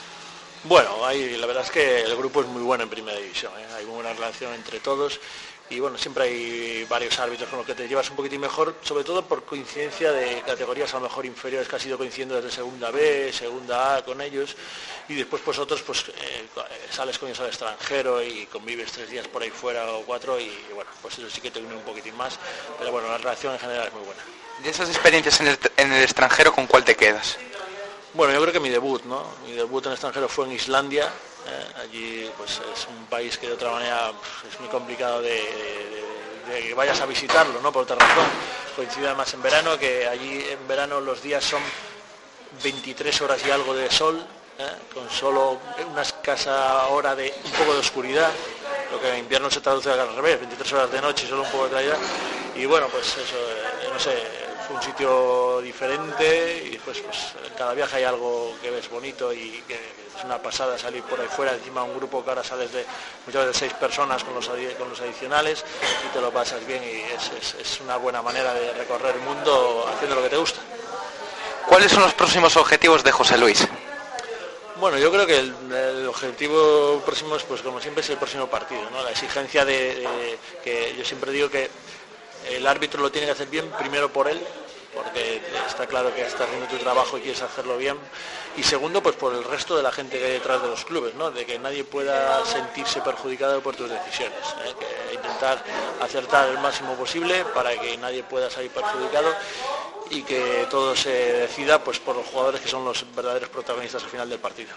Bueno, hay, la verdad es que el grupo es muy bueno en primera división, ¿eh? Hay muy buena relación entre todos. Y bueno, siempre hay varios árbitros con los que te llevas un poquitín mejor, sobre todo por coincidencia de categorías a lo mejor inferiores que has ido coincidiendo desde segunda B, segunda A con ellos, y después pues otros pues eh, sales con ellos al extranjero y convives tres días por ahí fuera o cuatro, y bueno, pues eso sí que te une un poquitín más, pero bueno, la relación en general es muy buena. De esas experiencias en el, en el extranjero, ¿con cuál te quedas? Bueno, yo creo que mi debut, ¿no? Mi debut en el extranjero fue en Islandia. Eh, allí pues es un país que de otra manera pues, es muy complicado de, de, de que vayas a visitarlo, ¿no? Por otra razón. Coincide además en verano, que allí en verano los días son veintitrés horas y algo de sol, ¿eh? Con solo una escasa hora de un poco de oscuridad, lo que en invierno se traduce al revés, veintitrés horas de noche y solo un poco de claridad. Y bueno, pues eso, eh, no sé, fue un sitio diferente y después pues en cada viaje hay algo que ves bonito y que es una pasada salir por ahí fuera, encima un grupo que ahora sales de muchas veces seis personas con los, con los adicionales y te lo pasas bien, y es, es, es una buena manera de recorrer el mundo haciendo lo que te gusta. ¿Cuáles son los próximos objetivos de José Luis? Bueno, yo creo que el, el objetivo próximo es, pues como siempre, es el próximo partido, ¿no? La exigencia de, de que yo siempre digo que el árbitro lo tiene que hacer bien primero por él, porque está claro que estás haciendo tu trabajo y quieres hacerlo bien, y segundo pues por el resto de la gente que hay detrás de los clubes, ¿no? De que nadie pueda sentirse perjudicado por tus decisiones, ¿eh? Que intentar acertar el máximo posible para que nadie pueda salir perjudicado y que todo se decida pues por los jugadores, que son los verdaderos protagonistas al final del partido.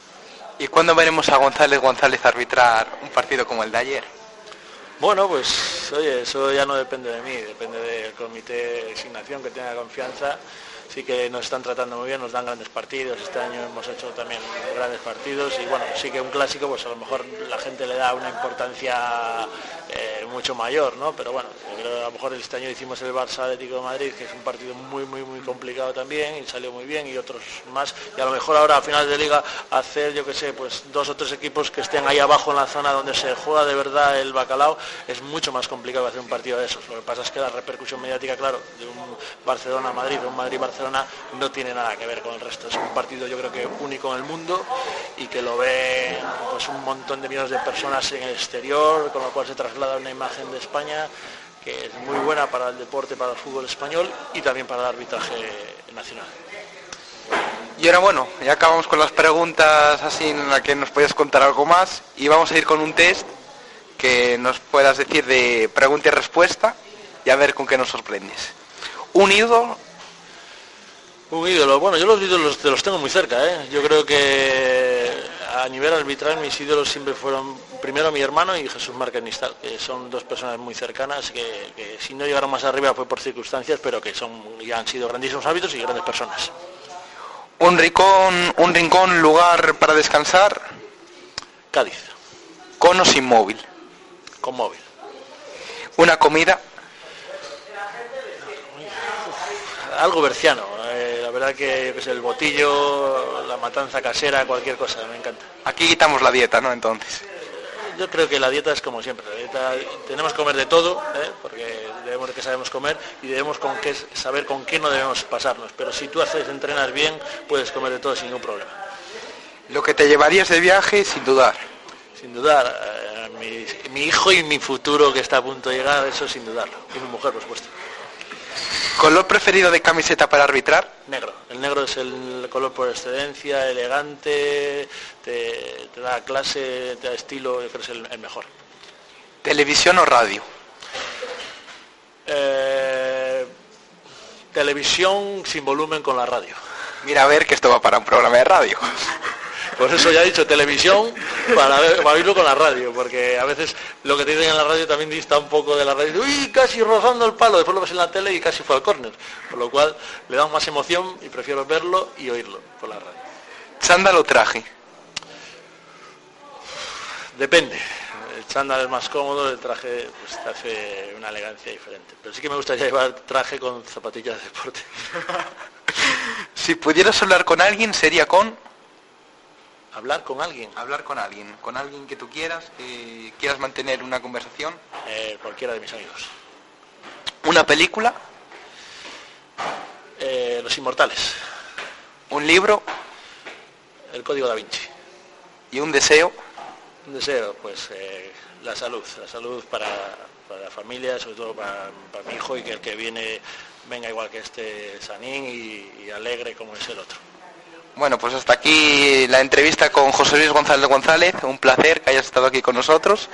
¿Y cuándo veremos a González González arbitrar un partido como el de ayer? Bueno, pues oye, eso ya no depende de mí, depende del comité de asignación, que tenga confianza. Sí que nos están tratando muy bien, nos dan grandes partidos, este año hemos hecho también grandes partidos, y bueno, sí que un clásico pues a lo mejor la gente le da una importancia eh, mucho mayor, ¿no? Pero bueno, yo pero a lo mejor este año hicimos el Barça Atlético de Madrid, que es un partido muy, muy, muy complicado también, y salió muy bien, y otros más, y a lo mejor ahora a finales de liga hacer, yo que sé, pues dos o tres equipos que estén ahí abajo en la zona donde se juega de verdad el bacalao, es mucho más complicado que hacer un partido de esos. Lo que pasa es que la repercusión mediática, claro, de un Barcelona-Madrid, de un Madrid-Barcelona, no tiene nada que ver con el resto. Es un partido, yo creo que único en el mundo, y que lo ve pues un montón de millones de personas en el exterior, con lo cual se traslada una imagen de España que es muy buena para el deporte, para el fútbol español y también para el arbitraje nacional. Y ahora bueno, ya acabamos con las preguntas así en las que nos podías contar algo más, y vamos a ir con un test que nos puedas decir de pregunta y respuesta y a ver con qué nos sorprendes. Un ídolo. Un ídolo, bueno, yo los ídolos te los tengo muy cerca, ¿eh? Yo creo que a nivel arbitral mis ídolos siempre fueron primero mi hermano y Jesús Márquez Nistal, que son dos personas muy cercanas, que, que si no llegaron más arriba fue por circunstancias, pero que son y han sido grandísimos árbitros y grandes personas. Un rincón, un rincón, lugar para descansar. Cádiz. ¿Con o sin móvil? Con móvil. Una comida. Algo berciano, eh, la verdad que pues, el botillo, la matanza casera, cualquier cosa, me encanta. Aquí quitamos la dieta, ¿no? Entonces. Yo creo que la dieta es como siempre, la dieta, tenemos que comer de todo, ¿eh? Porque debemos de que sabemos comer y debemos con qué, saber con qué no debemos pasarnos, pero si tú haces, entrenas bien, puedes comer de todo sin ningún problema. Lo que te llevarías de viaje, sin dudar. Sin dudar, eh, mi, mi hijo y mi futuro que está a punto de llegar, eso sin dudarlo, y mi mujer, por supuesto. ¿Color preferido de camiseta para arbitrar? Negro. El negro es el color por excelencia, elegante, te, te da clase, te da estilo, yo creo que es el, el mejor. ¿Televisión o radio? Eh, televisión sin volumen con la radio. Mira, a ver, que esto va para un programa de radio. Por eso ya he dicho televisión para, ver, para oírlo con la radio, porque a veces lo que te dicen en la radio también dista un poco de la radio. Uy, casi rozando el palo, después lo ves en la tele y casi fue al córner. Por lo cual le da más emoción y prefiero verlo y oírlo por la radio. ¿Chándal o traje? Depende. El chándal es más cómodo, el traje pues, te hace una elegancia diferente. Pero sí que me gustaría llevar traje con zapatillas de deporte. Si pudieras hablar con alguien, sería con... ¿Hablar con alguien? Hablar con alguien, con alguien que tú quieras, que quieras mantener una conversación. Eh, cualquiera de mis amigos. ¿Una película? Eh, Los Inmortales. ¿Un libro? El Código Da Vinci. ¿Y un deseo? Un deseo, pues eh, la salud, la salud para, para la familia, sobre todo para, para mi hijo, y que el que viene venga igual que este sanín y, y alegre como es el otro. Bueno, pues hasta aquí la entrevista con José Luis González González. Un placer que hayas estado aquí con nosotros.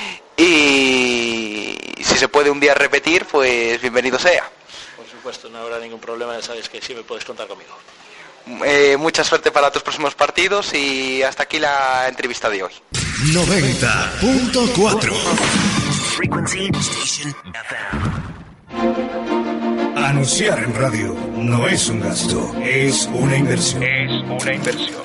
Y si se puede un día repetir, pues bienvenido sea. Por supuesto, no habrá ningún problema, ya sabes que siempre puedes contar conmigo. Eh, mucha suerte para tus próximos partidos y hasta aquí la entrevista de hoy. noventa punto cuatro Frequency Station F M. Anunciar en radio no es un gasto, es una inversión. Es una inversión.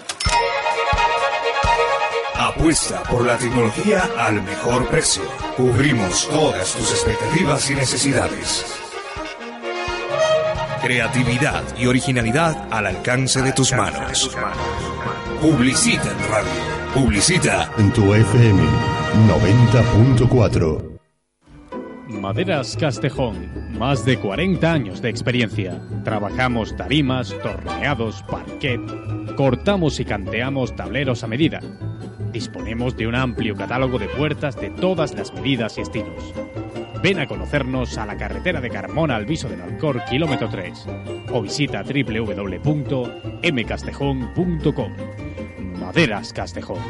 Apuesta por la tecnología al mejor precio. Cubrimos todas tus expectativas y necesidades. Creatividad y originalidad al alcance de tus manos. Publicita en radio. Publicita en tu F M noventa punto cuatro. Maderas Castejón, más de cuarenta años de experiencia. Trabajamos tarimas, torneados, parquet, cortamos y canteamos tableros a medida. Disponemos de un amplio catálogo de puertas de todas las medidas y estilos. Ven a conocernos a la carretera de Carmona al Viso del Alcor, kilómetro tres, o visita doble u doble u doble u punto m castejón punto com. Maderas Castejón.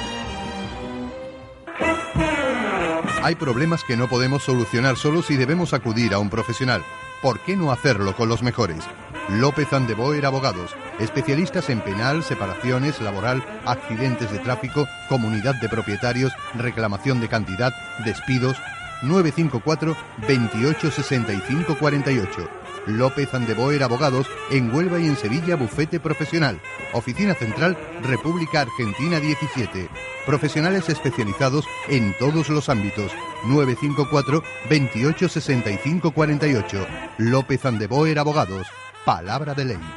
Hay problemas que no podemos solucionar solos y debemos acudir a un profesional. ¿Por qué no hacerlo con los mejores? López and de Boer Abogados, especialistas en penal, separaciones, laboral, accidentes de tráfico, comunidad de propietarios, reclamación de cantidad, despidos. nueve cinco cuatro, veintiocho, sesenta y cinco, cuarenta y ocho. López and de Boer Abogados, en Huelva y en Sevilla, bufete profesional. Oficina Central, República Argentina diecisiete. Profesionales especializados en todos los ámbitos. nueve cinco cuatro, veintiocho, sesenta y cinco, cuarenta y ocho. López and de Boer Abogados. Palabra de ley.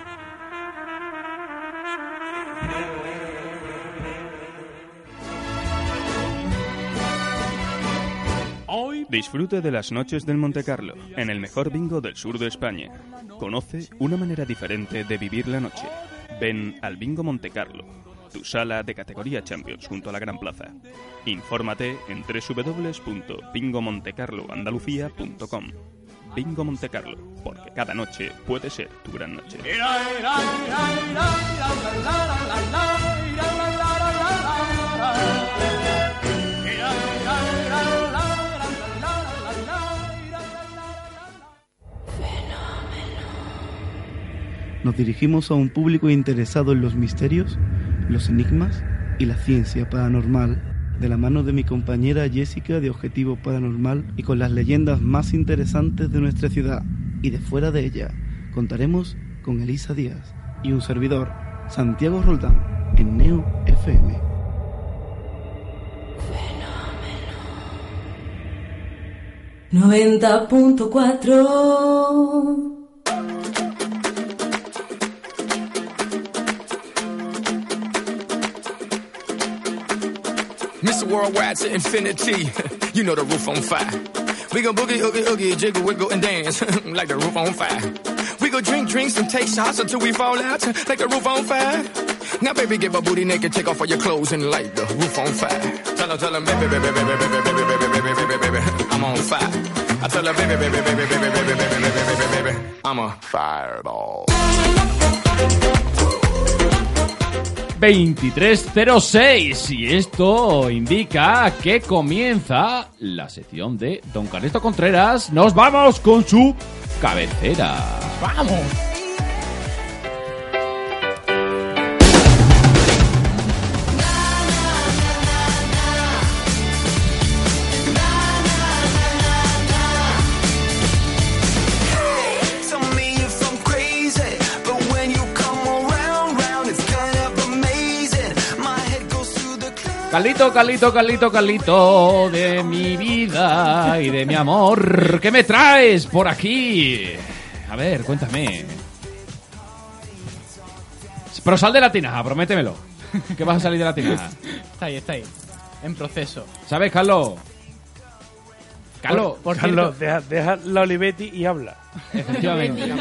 Disfrute de las noches del Montecarlo, en el mejor bingo del sur de España. Conoce una manera diferente de vivir la noche. Ven al Bingo Montecarlo, tu sala de categoría Champions junto a la Gran Plaza. Infórmate en doble u doble u doble u punto bingo montecarlo andalucía punto com. Bingo Montecarlo, porque cada noche puede ser tu gran noche. Nos dirigimos a un público interesado en los misterios, los enigmas y la ciencia paranormal, de la mano de mi compañera Jessica de Objetivo Paranormal y con las leyendas más interesantes de nuestra ciudad y de fuera de ella. Contaremos con Elisa Díaz y un servidor, Santiago Roldán, en Neo F M. noventa punto cuatro. Mister Worldwide to infinity, you know the roof on fire. We go boogie, oogie, oogie, jiggle, wiggle, and dance like the roof on fire. We go drink drinks and take shots until we fall out like the roof on fire. Now baby, get my booty naked, take off all your clothes and light the roof on fire. Tell her, tell her, baby, baby, baby, baby, baby, baby, baby, baby, baby, baby, I'm on fire. I tell her, baby, baby, baby, baby, baby, baby, baby, baby, baby, baby, I'm a fireball. veintitrés cero seis y esto indica que comienza la sección de Don Calixto Contreras. Nos vamos con su cabecera. ¡Vamos! Calito, Calito, Calito, Calito, de mi vida y de mi amor, ¿qué me traes por aquí? A ver, cuéntame. Pero sal de la tinaja, prométemelo. Que vas a salir de la tinaja. Está ahí, está ahí. En proceso. ¿Sabes, Carlos? Carlos, por, por Carlos, deja, deja la Olivetti y habla. Efectivamente.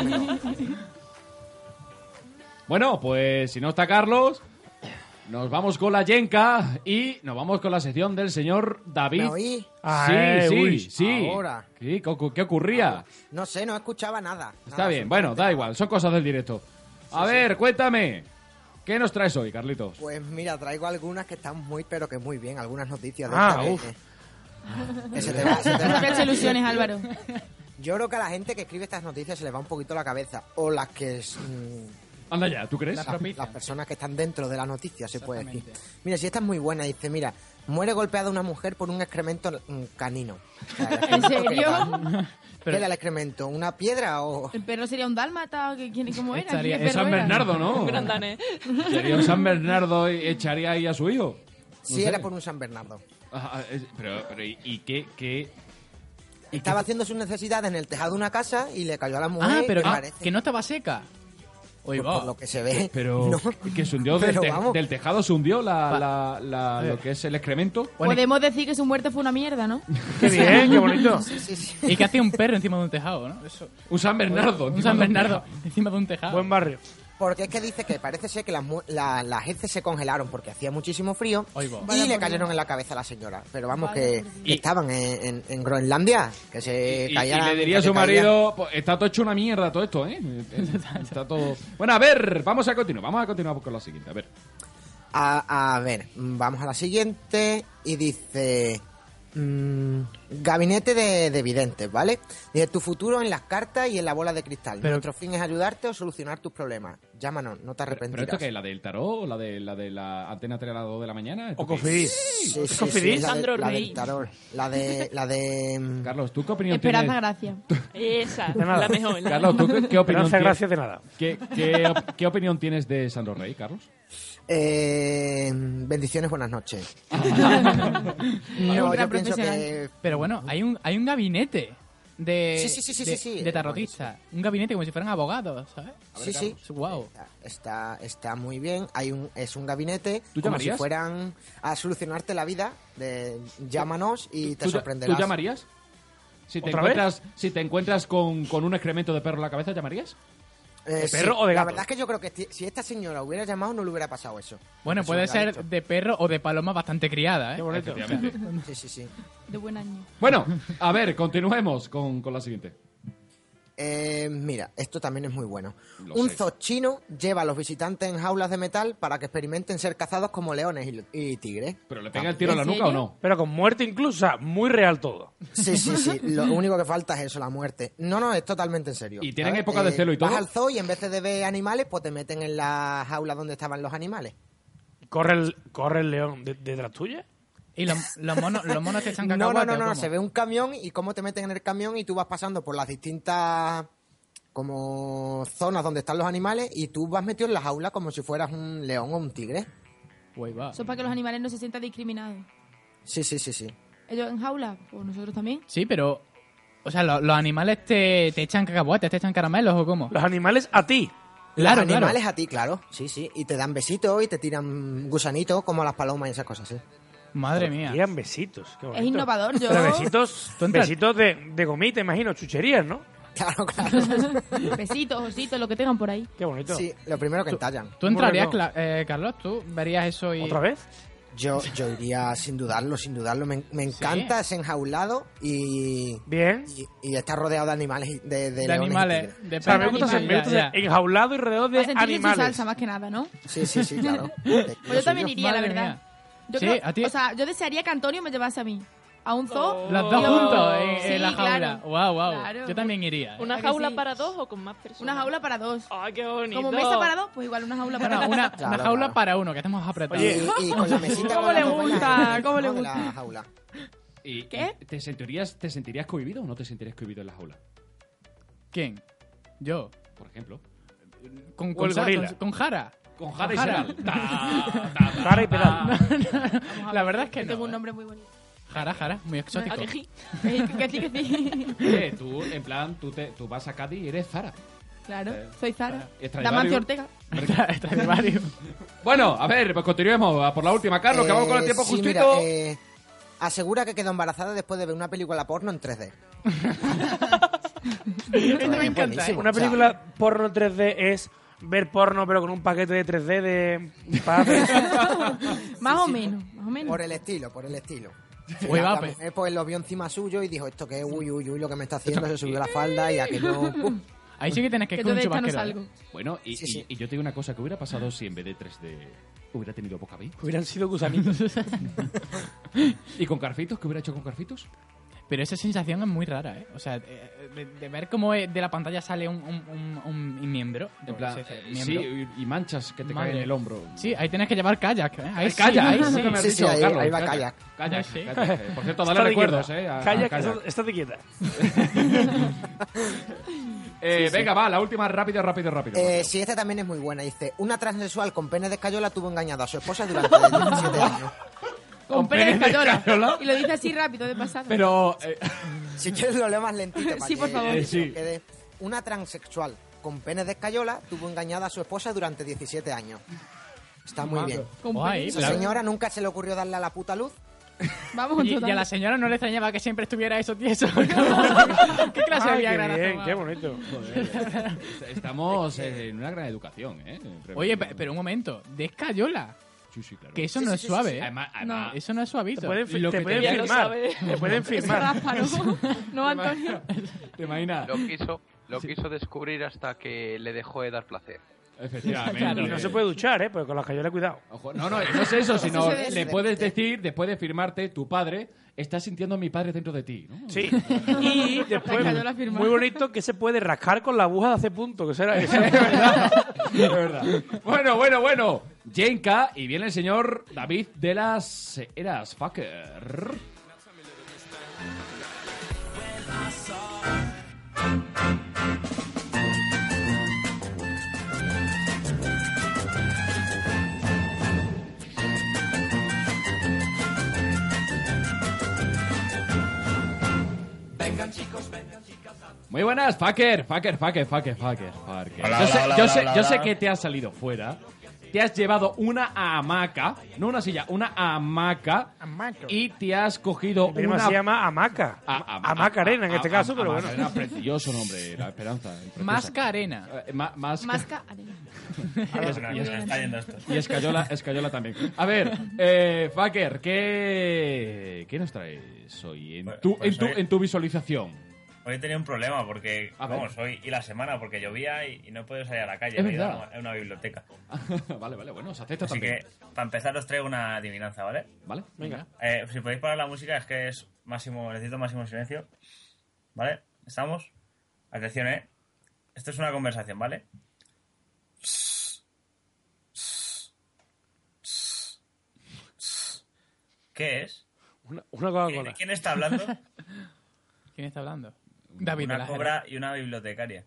Bueno, pues si no está Carlos, nos vamos con la Yenka y nos vamos con la sección del señor David. ¿Me oí? Ah, sí, eh, sí, uy, sí. Ahora. ¿Qué, qué ocurría? No sé, no escuchaba nada. Está nada, bien, bueno, da igual, son cosas del directo. A sí, ver, sí. Cuéntame, ¿qué nos traes hoy, Carlitos? Pues mira, traigo algunas que están muy, pero que muy bien, algunas noticias de ah, esta uf. Que, que se te va, se te va. No te he hecho ilusiones, Álvaro. Yo creo que a la gente que escribe estas noticias se les va un poquito la cabeza, o las que... Mmm, Anda ya, ¿tú crees? Las, las personas que están dentro de la noticia, se puede decir. Mira, si esta es muy buena, dice, mira, muere golpeada una mujer por un excremento canino. O sea, ¿En serio? ¿Qué era el excremento? ¿Una piedra o...? ¿El perro sería un dálmata? ¿Cómo era? Estaría, es San Bernardo, era? ¿no? Un gran danés. Sería un San Bernardo y echaría ahí a su hijo. No sí, sé. Era por un San Bernardo. Ajá, pero, pero, ¿y qué...? qué... Estaba qué... haciendo sus necesidades en el tejado de una casa y le cayó a la mujer. Ah, pero que, ah, parece... que no estaba seca. Pues por lo que se ve. Pero no. que se hundió del, Pero te, del tejado, se hundió la, la, la, lo que es el excremento. Podemos decir que su muerte fue una mierda, ¿no? Qué bien, qué bonito. Sí, sí, sí. Y que hacía un perro encima de un tejado, ¿no? Eso. Un San Bernardo. Un San Bernardo encima de un tejado. Buen barrio. Porque es que dice que parece ser que las, la, las heces se congelaron porque hacía muchísimo frío y Vaya le por cayeron Dios. en la cabeza a la señora. Pero vamos, Vaya que, por que estaban en, en, en Groenlandia, que se y, caían. Y le diría a su marido, pues, está todo hecho una mierda todo esto, ¿eh? Está todo... Bueno, a ver, vamos a continuar, vamos a continuar con la siguiente, a ver. A, a ver, vamos a la siguiente y dice... Mmm, gabinete de, de videntes, ¿vale? Dice, tu futuro en las cartas y en la bola de cristal. Pero... Nuestro fin es ayudarte o solucionar tus problemas. Llámanos, no te ¿Pero arrepentirás. esto qué es? ¿La del tarot o la de la, de la antena tres a las dos de la mañana? O Cofidis. Sí, sí, sí, Cofidis? la, de, Sandro la Rey. del tarot. La de... La de... Carlos, ¿tú qué opinión Esperanza tienes? Gracia. Esa, De nada. la mejor. la Carlos, ¿tú qué, qué opinión Esperanza tienes? gracias de nada. ¿Qué, qué, op- qué opinión tienes de Sandro Rey, Carlos? Eh, bendiciones, buenas noches. Un No, gran yo pienso profesional. que... Pero bueno, hay un, hay un gabinete de, Sí, sí, sí, sí, de, sí, sí. de tarotistas. Un gabinete como si fueran abogados, ¿sabes? Sí, sí. Wow. Está, está muy bien. Hay un, es un gabinete ¿Tú como si llamarías? fueran a solucionarte la vida. De, llámanos y te ¿Tú, sorprenderás. ¿Tú llamarías? Si te ¿Otra encuentras, si te encuentras con, con un excremento de perro en la cabeza, ¿llamarías? Eh, ¿De sí. perro o de La gato? verdad es que yo creo que ti- si esta señora hubiera llamado no le hubiera pasado eso. Bueno, Eso puede es lo que ha ser dicho. de perro o de paloma bastante criada, ¿eh? Qué bonito. Efectivamente. Sí, sí, sí. De buen año. Bueno, a ver, continuemos con, con la siguiente. Eh, mira, esto también es muy bueno. Lo Un sé. zoo chino lleva a los visitantes en jaulas de metal para que experimenten ser cazados como leones y, y tigres. ¿Pero le pega el tiro a la ¿En nuca o serio? no? Pero con muerte incluso, o sea, muy real todo. Sí, sí, sí. Lo único que falta es eso, la muerte. No, no, es totalmente en serio. ¿Y tienen ¿sabes? época de celo y todo? Vas al zoo y en vez de ver animales, pues te meten en la jaula donde estaban los animales. ¿Corre el, corre el león de- detrás tuya? Y los, los monos, los monos te echan No, no, cacahuate, no, ¿o no, cómo? se ve un camión y cómo te meten en el camión y tú vas pasando por las distintas como zonas donde están los animales y tú vas metido en la jaula como si fueras un león o un tigre. Uy, va. Eso es para que los animales no se sientan discriminados. Sí, sí, sí, sí. Ellos en jaula, pues nosotros también. Sí, pero... O sea, lo- los animales te, te echan cacahuates, te echan caramelos o cómo. Los animales a ti. Claro, los animales claro. a ti, claro. Sí, sí. Y te dan besitos y te tiran gusanitos como las palomas y esas cosas, sí. Madre mía. Tiran besitos. Qué bonito. Es innovador, yo... Pero besitos, Tú entras- besitos de, de gomita, imagino, chucherías, ¿no? Claro, claro. Besitos, ositos, lo que tengan por ahí. Qué bonito. Sí, lo primero que entallan. ¿Tú entrarías, ¿Cómo que Cla- eh, Carlos? ¿Tú verías eso y...? ¿Otra vez? Yo, yo iría sin dudarlo, sin dudarlo. Me, me encanta ese enjaulado y, Bien. y, y estar rodeado de animales, y- de, de, De leones y animales. tigres. De O sea, me gusta, ser, animales, me gusta ya, ser ya. enjaulado y rodeado Para de sentirle su animales. salsa, más que nada, ¿no? Sí, sí, sí, claro. Pues yo también iría, la Madre verdad. mía. Yo Sí, creo- a ti- O sea, yo desearía que Antonio me llevase a mí. A un zoo. Los dos Yo- juntos en, en Sí, la jaula. claro. Wow, wow. Claro. Yo también iría. ¿eh? ¿Una ¿A que jaula sí? para dos o con más personas? Una jaula para dos. ¡Ay, qué bonito! Como mesa para dos, pues igual una jaula para Bueno, dos. una, Claro, una jaula claro. para uno, que estamos apretados. Oye, Y, y con la mesita ¿Cómo con le las dos gusta? vainas en- ¿Cómo le ¿no? de gusta? la jaula. ¿Y, ¿Qué? y ¿te, sentirías, ¿Te sentirías cohibido o no te sentirías cohibido en la jaula? ¿Quién? Yo. Por ejemplo. Con, O con, el Sa- gorila. con, con Jara. Con Jara y Jara. Seral. Ta, ta, ta, Jara y ta. Pedal. Vamos a La ver, verdad es que yo no, tengo un ¿eh? nombre muy bonito. Jara, Jara, muy exótico. Arejí. Eh, que sí, que sí. Eh, tú, en plan, tú, te, tú vas a Cádiz y eres Zara. Claro, Eh, soy Zara. Stradivarius. Damancio Ortega. Stradivarius. Bueno, a ver, pues continuemos a por la última, Carlos, que vamos con el Eh, tiempo sí, justito. mira, eh, asegura que quedó embarazada después de ver una película porno en tres D. Esto me Es encanta. buenísimo. ¿eh? Una película porno tres D es ver porno pero con un paquete de tres D de... para hacer- Más o menos, más o menos. Por el estilo, por el estilo. Uy, la, va, la pe- mujer pues lo vio encima suyo y dijo esto que es uy uy uy lo que me está haciendo, se subió la falda y aquello ¡pum! Ahí sí que tienes que Que ir yo con de un esta no chubasquero. salgo. ¿eh? Bueno, y, Sí, y- sí. y yo te digo una cosa, ¿qué hubiera pasado si en vez de tres D hubiera tenido boca B? Hubieran sido gusanitos. ¿Y con Carfitos? ¿Qué hubiera hecho con Carfitos? Pero esa sensación es muy rara, ¿eh? O sea, de, de- de ver cómo de la pantalla sale un, un, un, un miembro. En plan, Pues ese eh, miembro. sí, y, y manchas que te Madre. caen en el hombro. Sí, ahí tienes que llevar kayak. ¿eh? Ahí Hay sí, kayak, ahí eso sí. que me has Sí, sí, dicho, ahí- Carlos. ahí va kayak. Kayak, Sí. kayak. Eh, Por cierto, dale Estate recuerdos, quieta. eh. a- a Kayak, kayak. estate- estate quieta. Eh, Sí, sí. venga, va, la última, rápido, rápido, rápido. Eh, sí, esta también es muy buena. Dice, una transexual con pene de escayola tuvo engañado a su esposa durante diecisiete años. Con pene pene de de escayola. escayola. Y lo dice así rápido, de pasada. Pero, eh, Si quieres lo leo más lentito. para Sí, por que- favor. que Sí. quede. Una transexual con pene de escayola tuvo engañada a su esposa durante diecisiete años. Está muy bien. Con Guay, pene. Esa la- señora nunca se le ocurrió darle a la puta luz. Vamos, Y, y total. a la señora no le extrañaba que siempre estuviera eso tieso. ¿Qué clase de Ay, Viagra qué has bien, tomado? qué bonito. joder, estamos en una gran educación, ¿eh? Oye, pe- pero un momento, de escayola. Sí, sí, claro. Que eso Sí, no sí, es sí, suave, sí. ¿eh? Además, además, Eso no es suavito. Te pueden, fi- Lo te que pueden te- ya lo firmar. sabe. Te pueden Eso firmar. raspa, ¿no? No, Antonio. ¿te imaginas? Lo quiso, lo quiso descubrir hasta que le dejó de dar placer. Efectivamente. Y no se puede duchar, ¿eh? Porque con las cayolas, cuidado. Ojo, no, no, no es eso, sino le puedes decir, después de firmarte, tu padre, estás sintiendo a mi padre dentro de ti, ¿no? Sí. Y después, muy bonito, que se puede rascar con la aguja de hace punto, que será eso. Es verdad. Es verdad. Bueno, bueno, bueno. Jenka, y viene el señor David de las Eras Fucker. Muy buenas, fucker, fucker, fucker, fucker, fucker, fucker. Hola, yo sé, hola, hola, yo, hola, sé, hola, yo hola. sé que te has salido fuera. Te has llevado una hamaca, no una silla, una hamaca. Y te has cogido El primo una... se llama Hamaca. A- ama- Hamaca Arena, en a- este a- caso, pero Hamaca bueno. Arena, precioso nombre, la esperanza. preciosa. Masca Arena. Eh, ma- masca- Masca Arena. Y es- No, y es- se está yendo esto. Y Escayola, Escayola también. A ver, eh, Fucker, ¿qué, ¿qué nos traes hoy en tu, pues en tu, hoy- en tu visualización? Hoy he tenido un problema porque, A ver. vamos, hoy y la semana porque llovía y, y no he podido salir a la calle. Es me he ido verdad. a una, a una biblioteca. Vale, vale, bueno, se acepta Así también. que, para empezar, os traigo una adivinanza, ¿vale? Vale, venga. Eh, si podéis parar la música, es que es máximo, necesito máximo silencio. ¿Vale? ¿Estamos? Atención, ¿eh? Esto es una conversación, ¿vale? ¿Qué es? Una, una Coca-Cola. ¿Quién, quién está hablando? ¿Quién está hablando? David de Una la cobra y una bibliotecaria.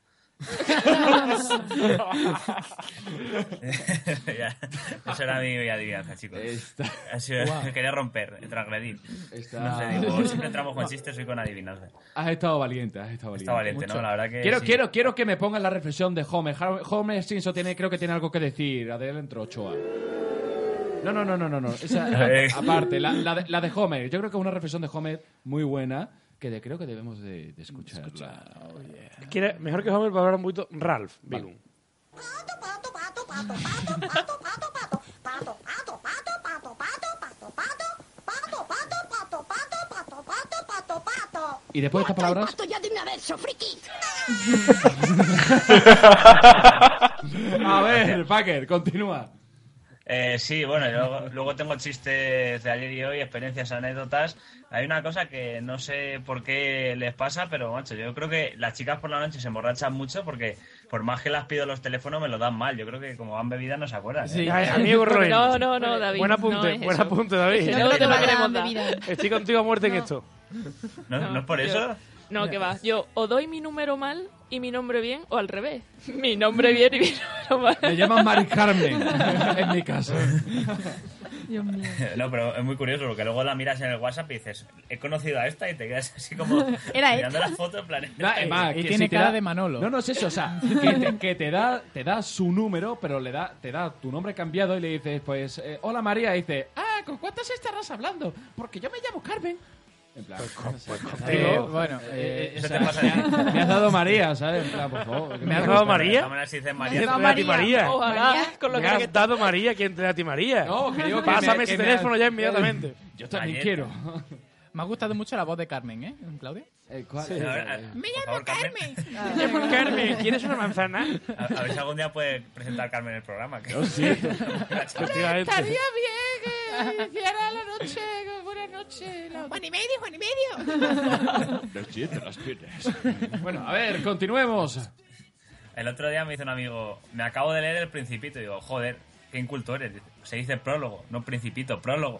Ya, eso era mi adivinanza, chicos. Está- Ha sido- Guau. Quería romper, transgredir. Está- No sé, digo, siempre entramos con chistes, soy con adivinanza. Has estado valiente, has estado valiente. Está valiente, ¿no? La verdad que Quiero, sí. quiero, quiero que me pongan la reflexión de Homer. Har- Homer Simpson tiene, creo que tiene algo que decir. Adentro, Ochoa. No, no, no, no, no. no. Esa, Eh. aparte, la, la, de, la de Homer. Yo creo que es una reflexión de Homer muy buena que de- creo que debemos de, de escucharla. Quiere- mejor que Homer para hablar un poquito Ralph Bigum. Y después de estas palabras... Pato, ya dime a ver, friki. A ver, Fucker, continúa. Eh, sí, bueno, y luego, luego tengo chistes de ayer y hoy, experiencias, anécdotas. Hay una cosa que no sé por qué les pasa, pero macho, yo creo que las chicas por la noche se emborrachan mucho porque por más que las pido los teléfonos me lo dan mal. Yo creo que como van bebidas no se acuerdan. ¿eh? Sí. Ay, amigo Roy. No, no, no, David. Buen apunte, no es buen eso. apunte, David. Es que luego te lo queremos dar. Estoy contigo a muerte en esto. ¿No, no es por yo- eso? No, que va. Yo o doy mi número mal y mi nombre bien, o al revés. Mi nombre bien y mi número mal. Me llaman Mari Carmen, en mi caso. Dios mío. No, pero es muy curioso porque luego la miras en el WhatsApp y dices, he conocido a esta y te quedas así como Era mirando esta. la foto en plan... Da- eh, ma, Y que tiene si te cara da- de Manolo. No, no es eso, o sea, que te, que te da te da su número, pero le da te da tu nombre cambiado y le dices, pues, eh, hola María, y dice, ah, ¿con cuántas estarás hablando? Porque yo me llamo Carmen. En plan, Eh, bueno, eh, eh, eso o sea, te pasa a ti. Me has dado María, ¿sabes? En plan, por favor. ¿Me has dado María? María? Si dices ¿Quién María, te tú- da a ti María? Ojalá, con lo Me que has que dado María, ¿quién te da a ti María? No, que digo que Pásame me- ese que me teléfono has- ya inmediatamente. Yo también Galleta. quiero. me ha gustado mucho la voz de Carmen, ¿eh, Claudia? Eh, ¿cuál? Sí, a ver, a- Me por favor, Carmen. Me llamo Carmen, ¿quieres una manzana? A, a ver si algún día puede presentar Carmen el programa. Que... Yo sí. Efectivamente. bien que hiciera la noche, buenas noches. Juan y medio, Juan y medio. No siento las piernas. Bueno, a ver, continuemos. El otro día me hizo un amigo, me acabo de leer El Principito y digo, joder, qué inculto eres. Se dice prólogo, no principito, prólogo.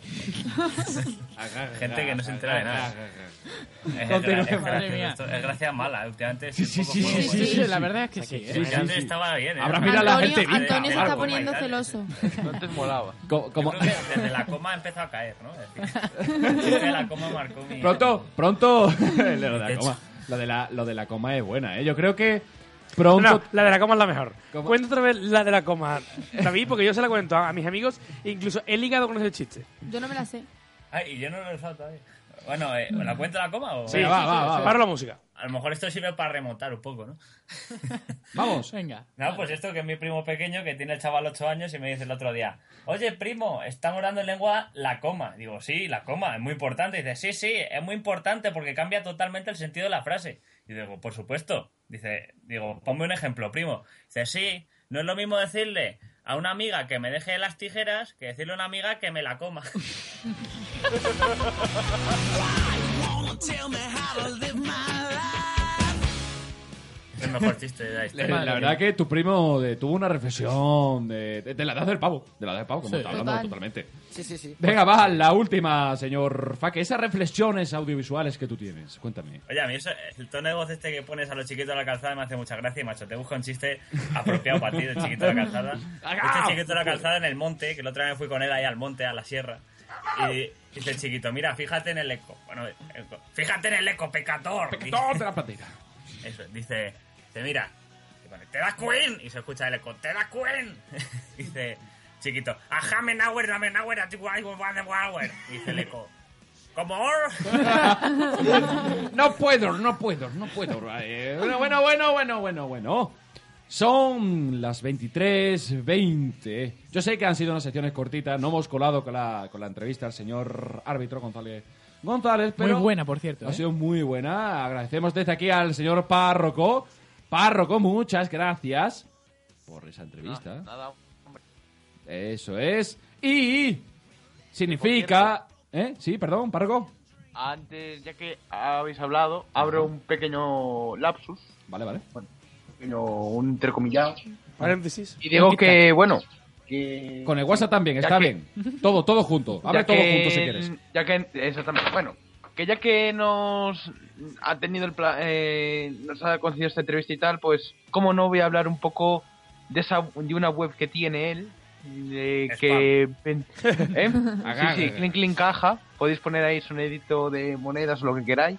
Gente que no se entera de nada. Es, Continuemos. gra- es, Madre gracioso mía. esto, es gracia mala, últimamente Sí, sí, sí, un poco sí, flojo. sí, sí, la verdad es que sí. Sí, ¿eh? sí, antes estaba bien, ¿eh? Habrá mira la Antonio, gente viva. Antonio de está la poniendo coma y tal. celoso. Antes molaba. Co- Yo como- creo que desde la coma empezó a caer, ¿no? Es decir, desde la coma marcó mi... Pronto, pronto. lo, de la De hecho. coma, lo, de la, lo de la coma es buena, ¿eh? Yo creo que pronto. No, la de la coma es la mejor. ¿Cómo? Cuenta otra vez la de la coma, David, porque yo se la cuento a, a mis amigos e incluso he ligado con ese chiste. Yo no me la sé. Ay, y yo no lo he usado todavía. Bueno, eh, ¿la cuento la coma o...? Sí, Venga, va, va, va, va. Paro la música. A lo mejor esto sirve para remontar un poco, ¿no? Vamos. Venga. No, pues esto que es mi primo pequeño, que tiene el chaval ocho años y me dice el otro día, oye, primo, estamos dando en lengua la coma. Digo, sí, la coma, es muy importante. Dice, sí, sí, es muy importante porque cambia totalmente el sentido de la frase. Y digo, por supuesto. Dice, digo, ponme un ejemplo, primo. Dice, sí, no es lo mismo decirle a una amiga que me deje las tijeras que decirle a una amiga que me la coma. Es el mejor chiste de la historia. La verdad que tu primo de, tuvo una reflexión de, de, de la edad del pavo. De la edad del pavo, como Sí. está hablando Total. totalmente. Sí, sí, sí. Venga, va, la última, señor Faque. Esas reflexiones audiovisuales que tú tienes. Cuéntame. Oye, a mí eso, el tono de voz este que pones a los chiquitos de la calzada me hace mucha gracia y, macho, te busco un chiste apropiado para ti, del chiquito de la calzada. Este chiquito de la calzada en el monte, que el otro día me fui con él ahí al monte, a la sierra, y dice el chiquito, mira, fíjate en el eco. Bueno, eco. Fíjate en el eco, pecator. Pecator de la platera. Eso, dice, dice, mira, y pone, te das Queen, y se escucha el eco, te das Queen. Dice, chiquito, ajá, menauer, la menauer, a ti guay, guay, de guay. Dice el eco, ¿cómo? No puedo, no puedo, no puedo. Eh, Bueno, bueno, bueno, bueno, bueno, bueno. Son las veintitrés veinte. Yo sé que han sido unas secciones cortitas. No hemos colado con la, con la entrevista al señor árbitro González González, pero Muy buena, por cierto. ha ¿eh? sido muy buena. Agradecemos desde aquí al señor párroco. Párroco, muchas gracias por esa entrevista. No, nada, hombre. Eso es. Y significa... ¿Eh? Sí, perdón, párroco. Antes, ya que habéis hablado, abro un pequeño lapsus. Vale, vale. Bueno, un pequeño, un entrecomillado. Paréntesis. Y digo que, bueno, que... Con el WhatsApp también, ya está que- bien. Todo, todo junto. Abre ya todo que- junto si quieres. Ya que, exactamente, bueno, que ya que nos ha tenido el pla- eh, nos ha concedido esta entrevista y tal, pues, ¿cómo no voy a hablar un poco de esa de una web que tiene él? De que... ¿Eh? Haga- Sí, sí, Clink Clink Caja. Podéis poner ahí sonidito de monedas o lo que queráis.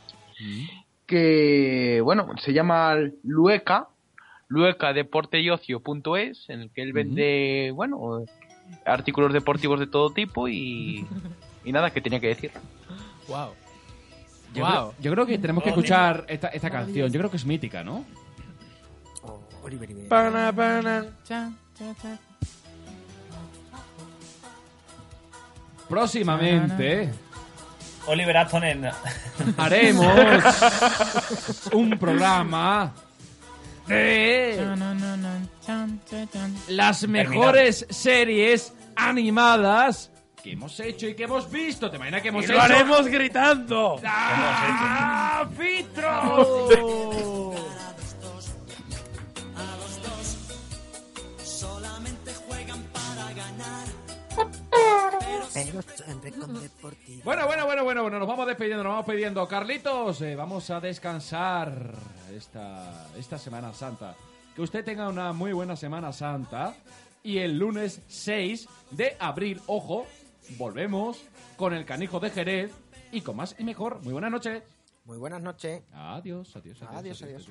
Que, bueno, se llama Lueca, lueca deporte y ocio punto es, en el que él vende, bueno, artículos deportivos de todo tipo y, y nada, que tenía que decir. Wow. Yo, Wow. creo, yo creo que tenemos que escuchar esta, esta canción. Yo creo que es mítica, ¿no? Pana, pana. Próximamente Oliver Atonen. haremos un programa de las mejores series animadas que hemos hecho y que hemos visto. ¿Te imaginas que hemos Y hecho? lo haremos gritando. ¡Ah, Fitro! Pero siempre con deportivo. Bueno, bueno, bueno, bueno, bueno, nos vamos despidiendo, nos vamos pidiendo. Carlitos, eh, vamos a descansar esta, esta Semana Santa. Que usted tenga una muy buena Semana Santa. Y el lunes seis de abril, ojo, volvemos con el Canijo de Jerez y con más y mejor. Muy buenas noches. Muy buenas noches. Adiós, adiós, adiós. Adiós, adiós.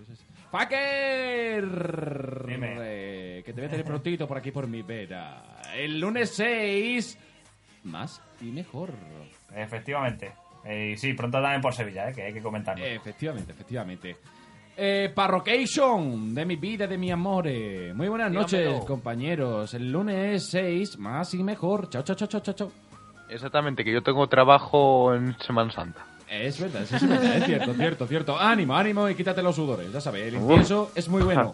¡Faker! Eh, que te voy a tener prontito por aquí por mi vera. El lunes seis, más y mejor. Efectivamente. Eh, y sí, pronto también por Sevilla, eh, que hay que comentarlo. Efectivamente, efectivamente. Eh, Parrocation, de mi vida, de mi amore. Muy buenas noches, Dígamelo. compañeros. El lunes seis, más y mejor. Chao, chao, chao, chao, chao, chao. Exactamente, que yo tengo trabajo en Semana Santa. Es verdad, es verdad, es cierto, cierto, cierto. Ánimo, ánimo y quítate los sudores, ya sabes, el incienso es muy bueno.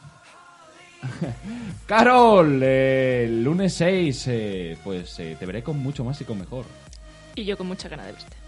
Carol, eh, el lunes seis, eh, pues eh, te veré con mucho más y con mejor. Y yo con mucha ganas de verte.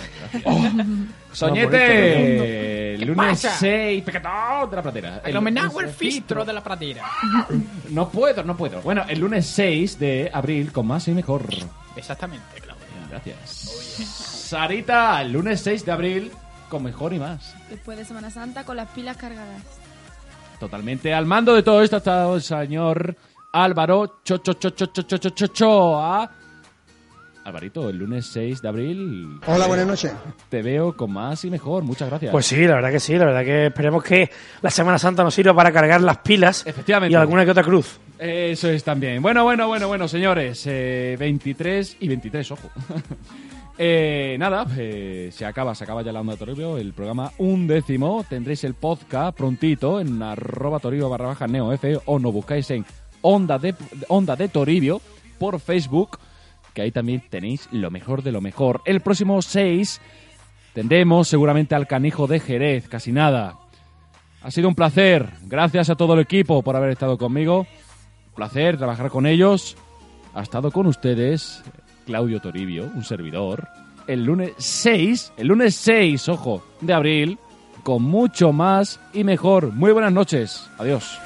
Soñete, el lunes pasa? seis, pecatón de la platera. El homenaje al fistro de la pratera. No puedo, no puedo. Bueno, el lunes seis de abril con más y mejor. Exactamente, Claudia. Gracias. Sarita, el lunes seis de abril con mejor y más. Después de Semana Santa con las pilas cargadas. Totalmente al mando de todo esto está el señor Álvaro Cho Cho Cho Cho Cho Cho Cho Cho Choa. Alvarito, el lunes seis de abril. Hola, buenas noches. Te veo con más y mejor. Muchas gracias. Pues sí, la verdad que sí, la verdad que esperemos que la Semana Santa nos sirva para cargar las pilas Efectivamente. y alguna que otra cruz. Eso es también. Bueno, bueno, bueno, bueno, señores. Eh, veintitrés y veintitrés, ojo. eh, nada, eh, se acaba, se acaba ya la Onda de Toribio, el programa undécimo. Tendréis el podcast prontito en arroba toribio barra baja neo f o nos buscáis en Onda de, Onda de Toribio por Facebook, que ahí también tenéis lo mejor de lo mejor. El próximo seis tendremos seguramente al Canijo de Jerez, casi nada. Ha sido un placer. Gracias a todo el equipo por haber estado conmigo. Un placer trabajar con ellos. Ha estado con ustedes Claudio Toribio, un servidor. El lunes seis, el lunes seis, ojo, de abril, con mucho más y mejor. Muy buenas noches. Adiós.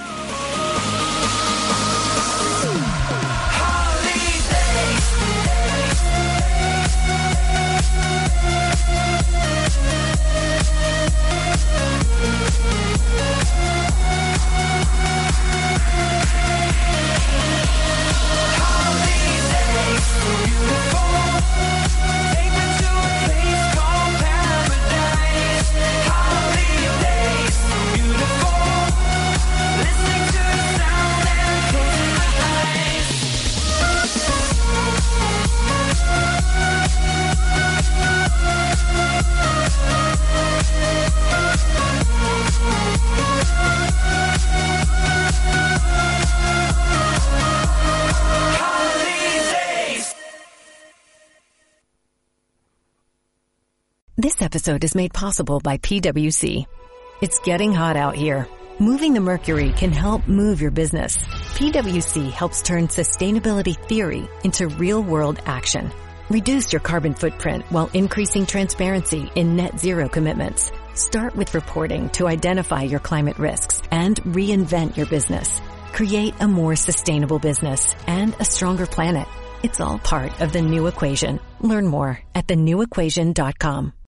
This episode is made possible by P W C. It's getting hot out here. Moving the mercury can help move your business. P W C helps turn sustainability theory into real-world action. Reduce your carbon footprint while increasing transparency in net zero commitments. Start with reporting to identify your climate risks and reinvent your business. Create a more sustainable business and a stronger planet. It's all part of The New Equation. Learn more at the new equation dot com.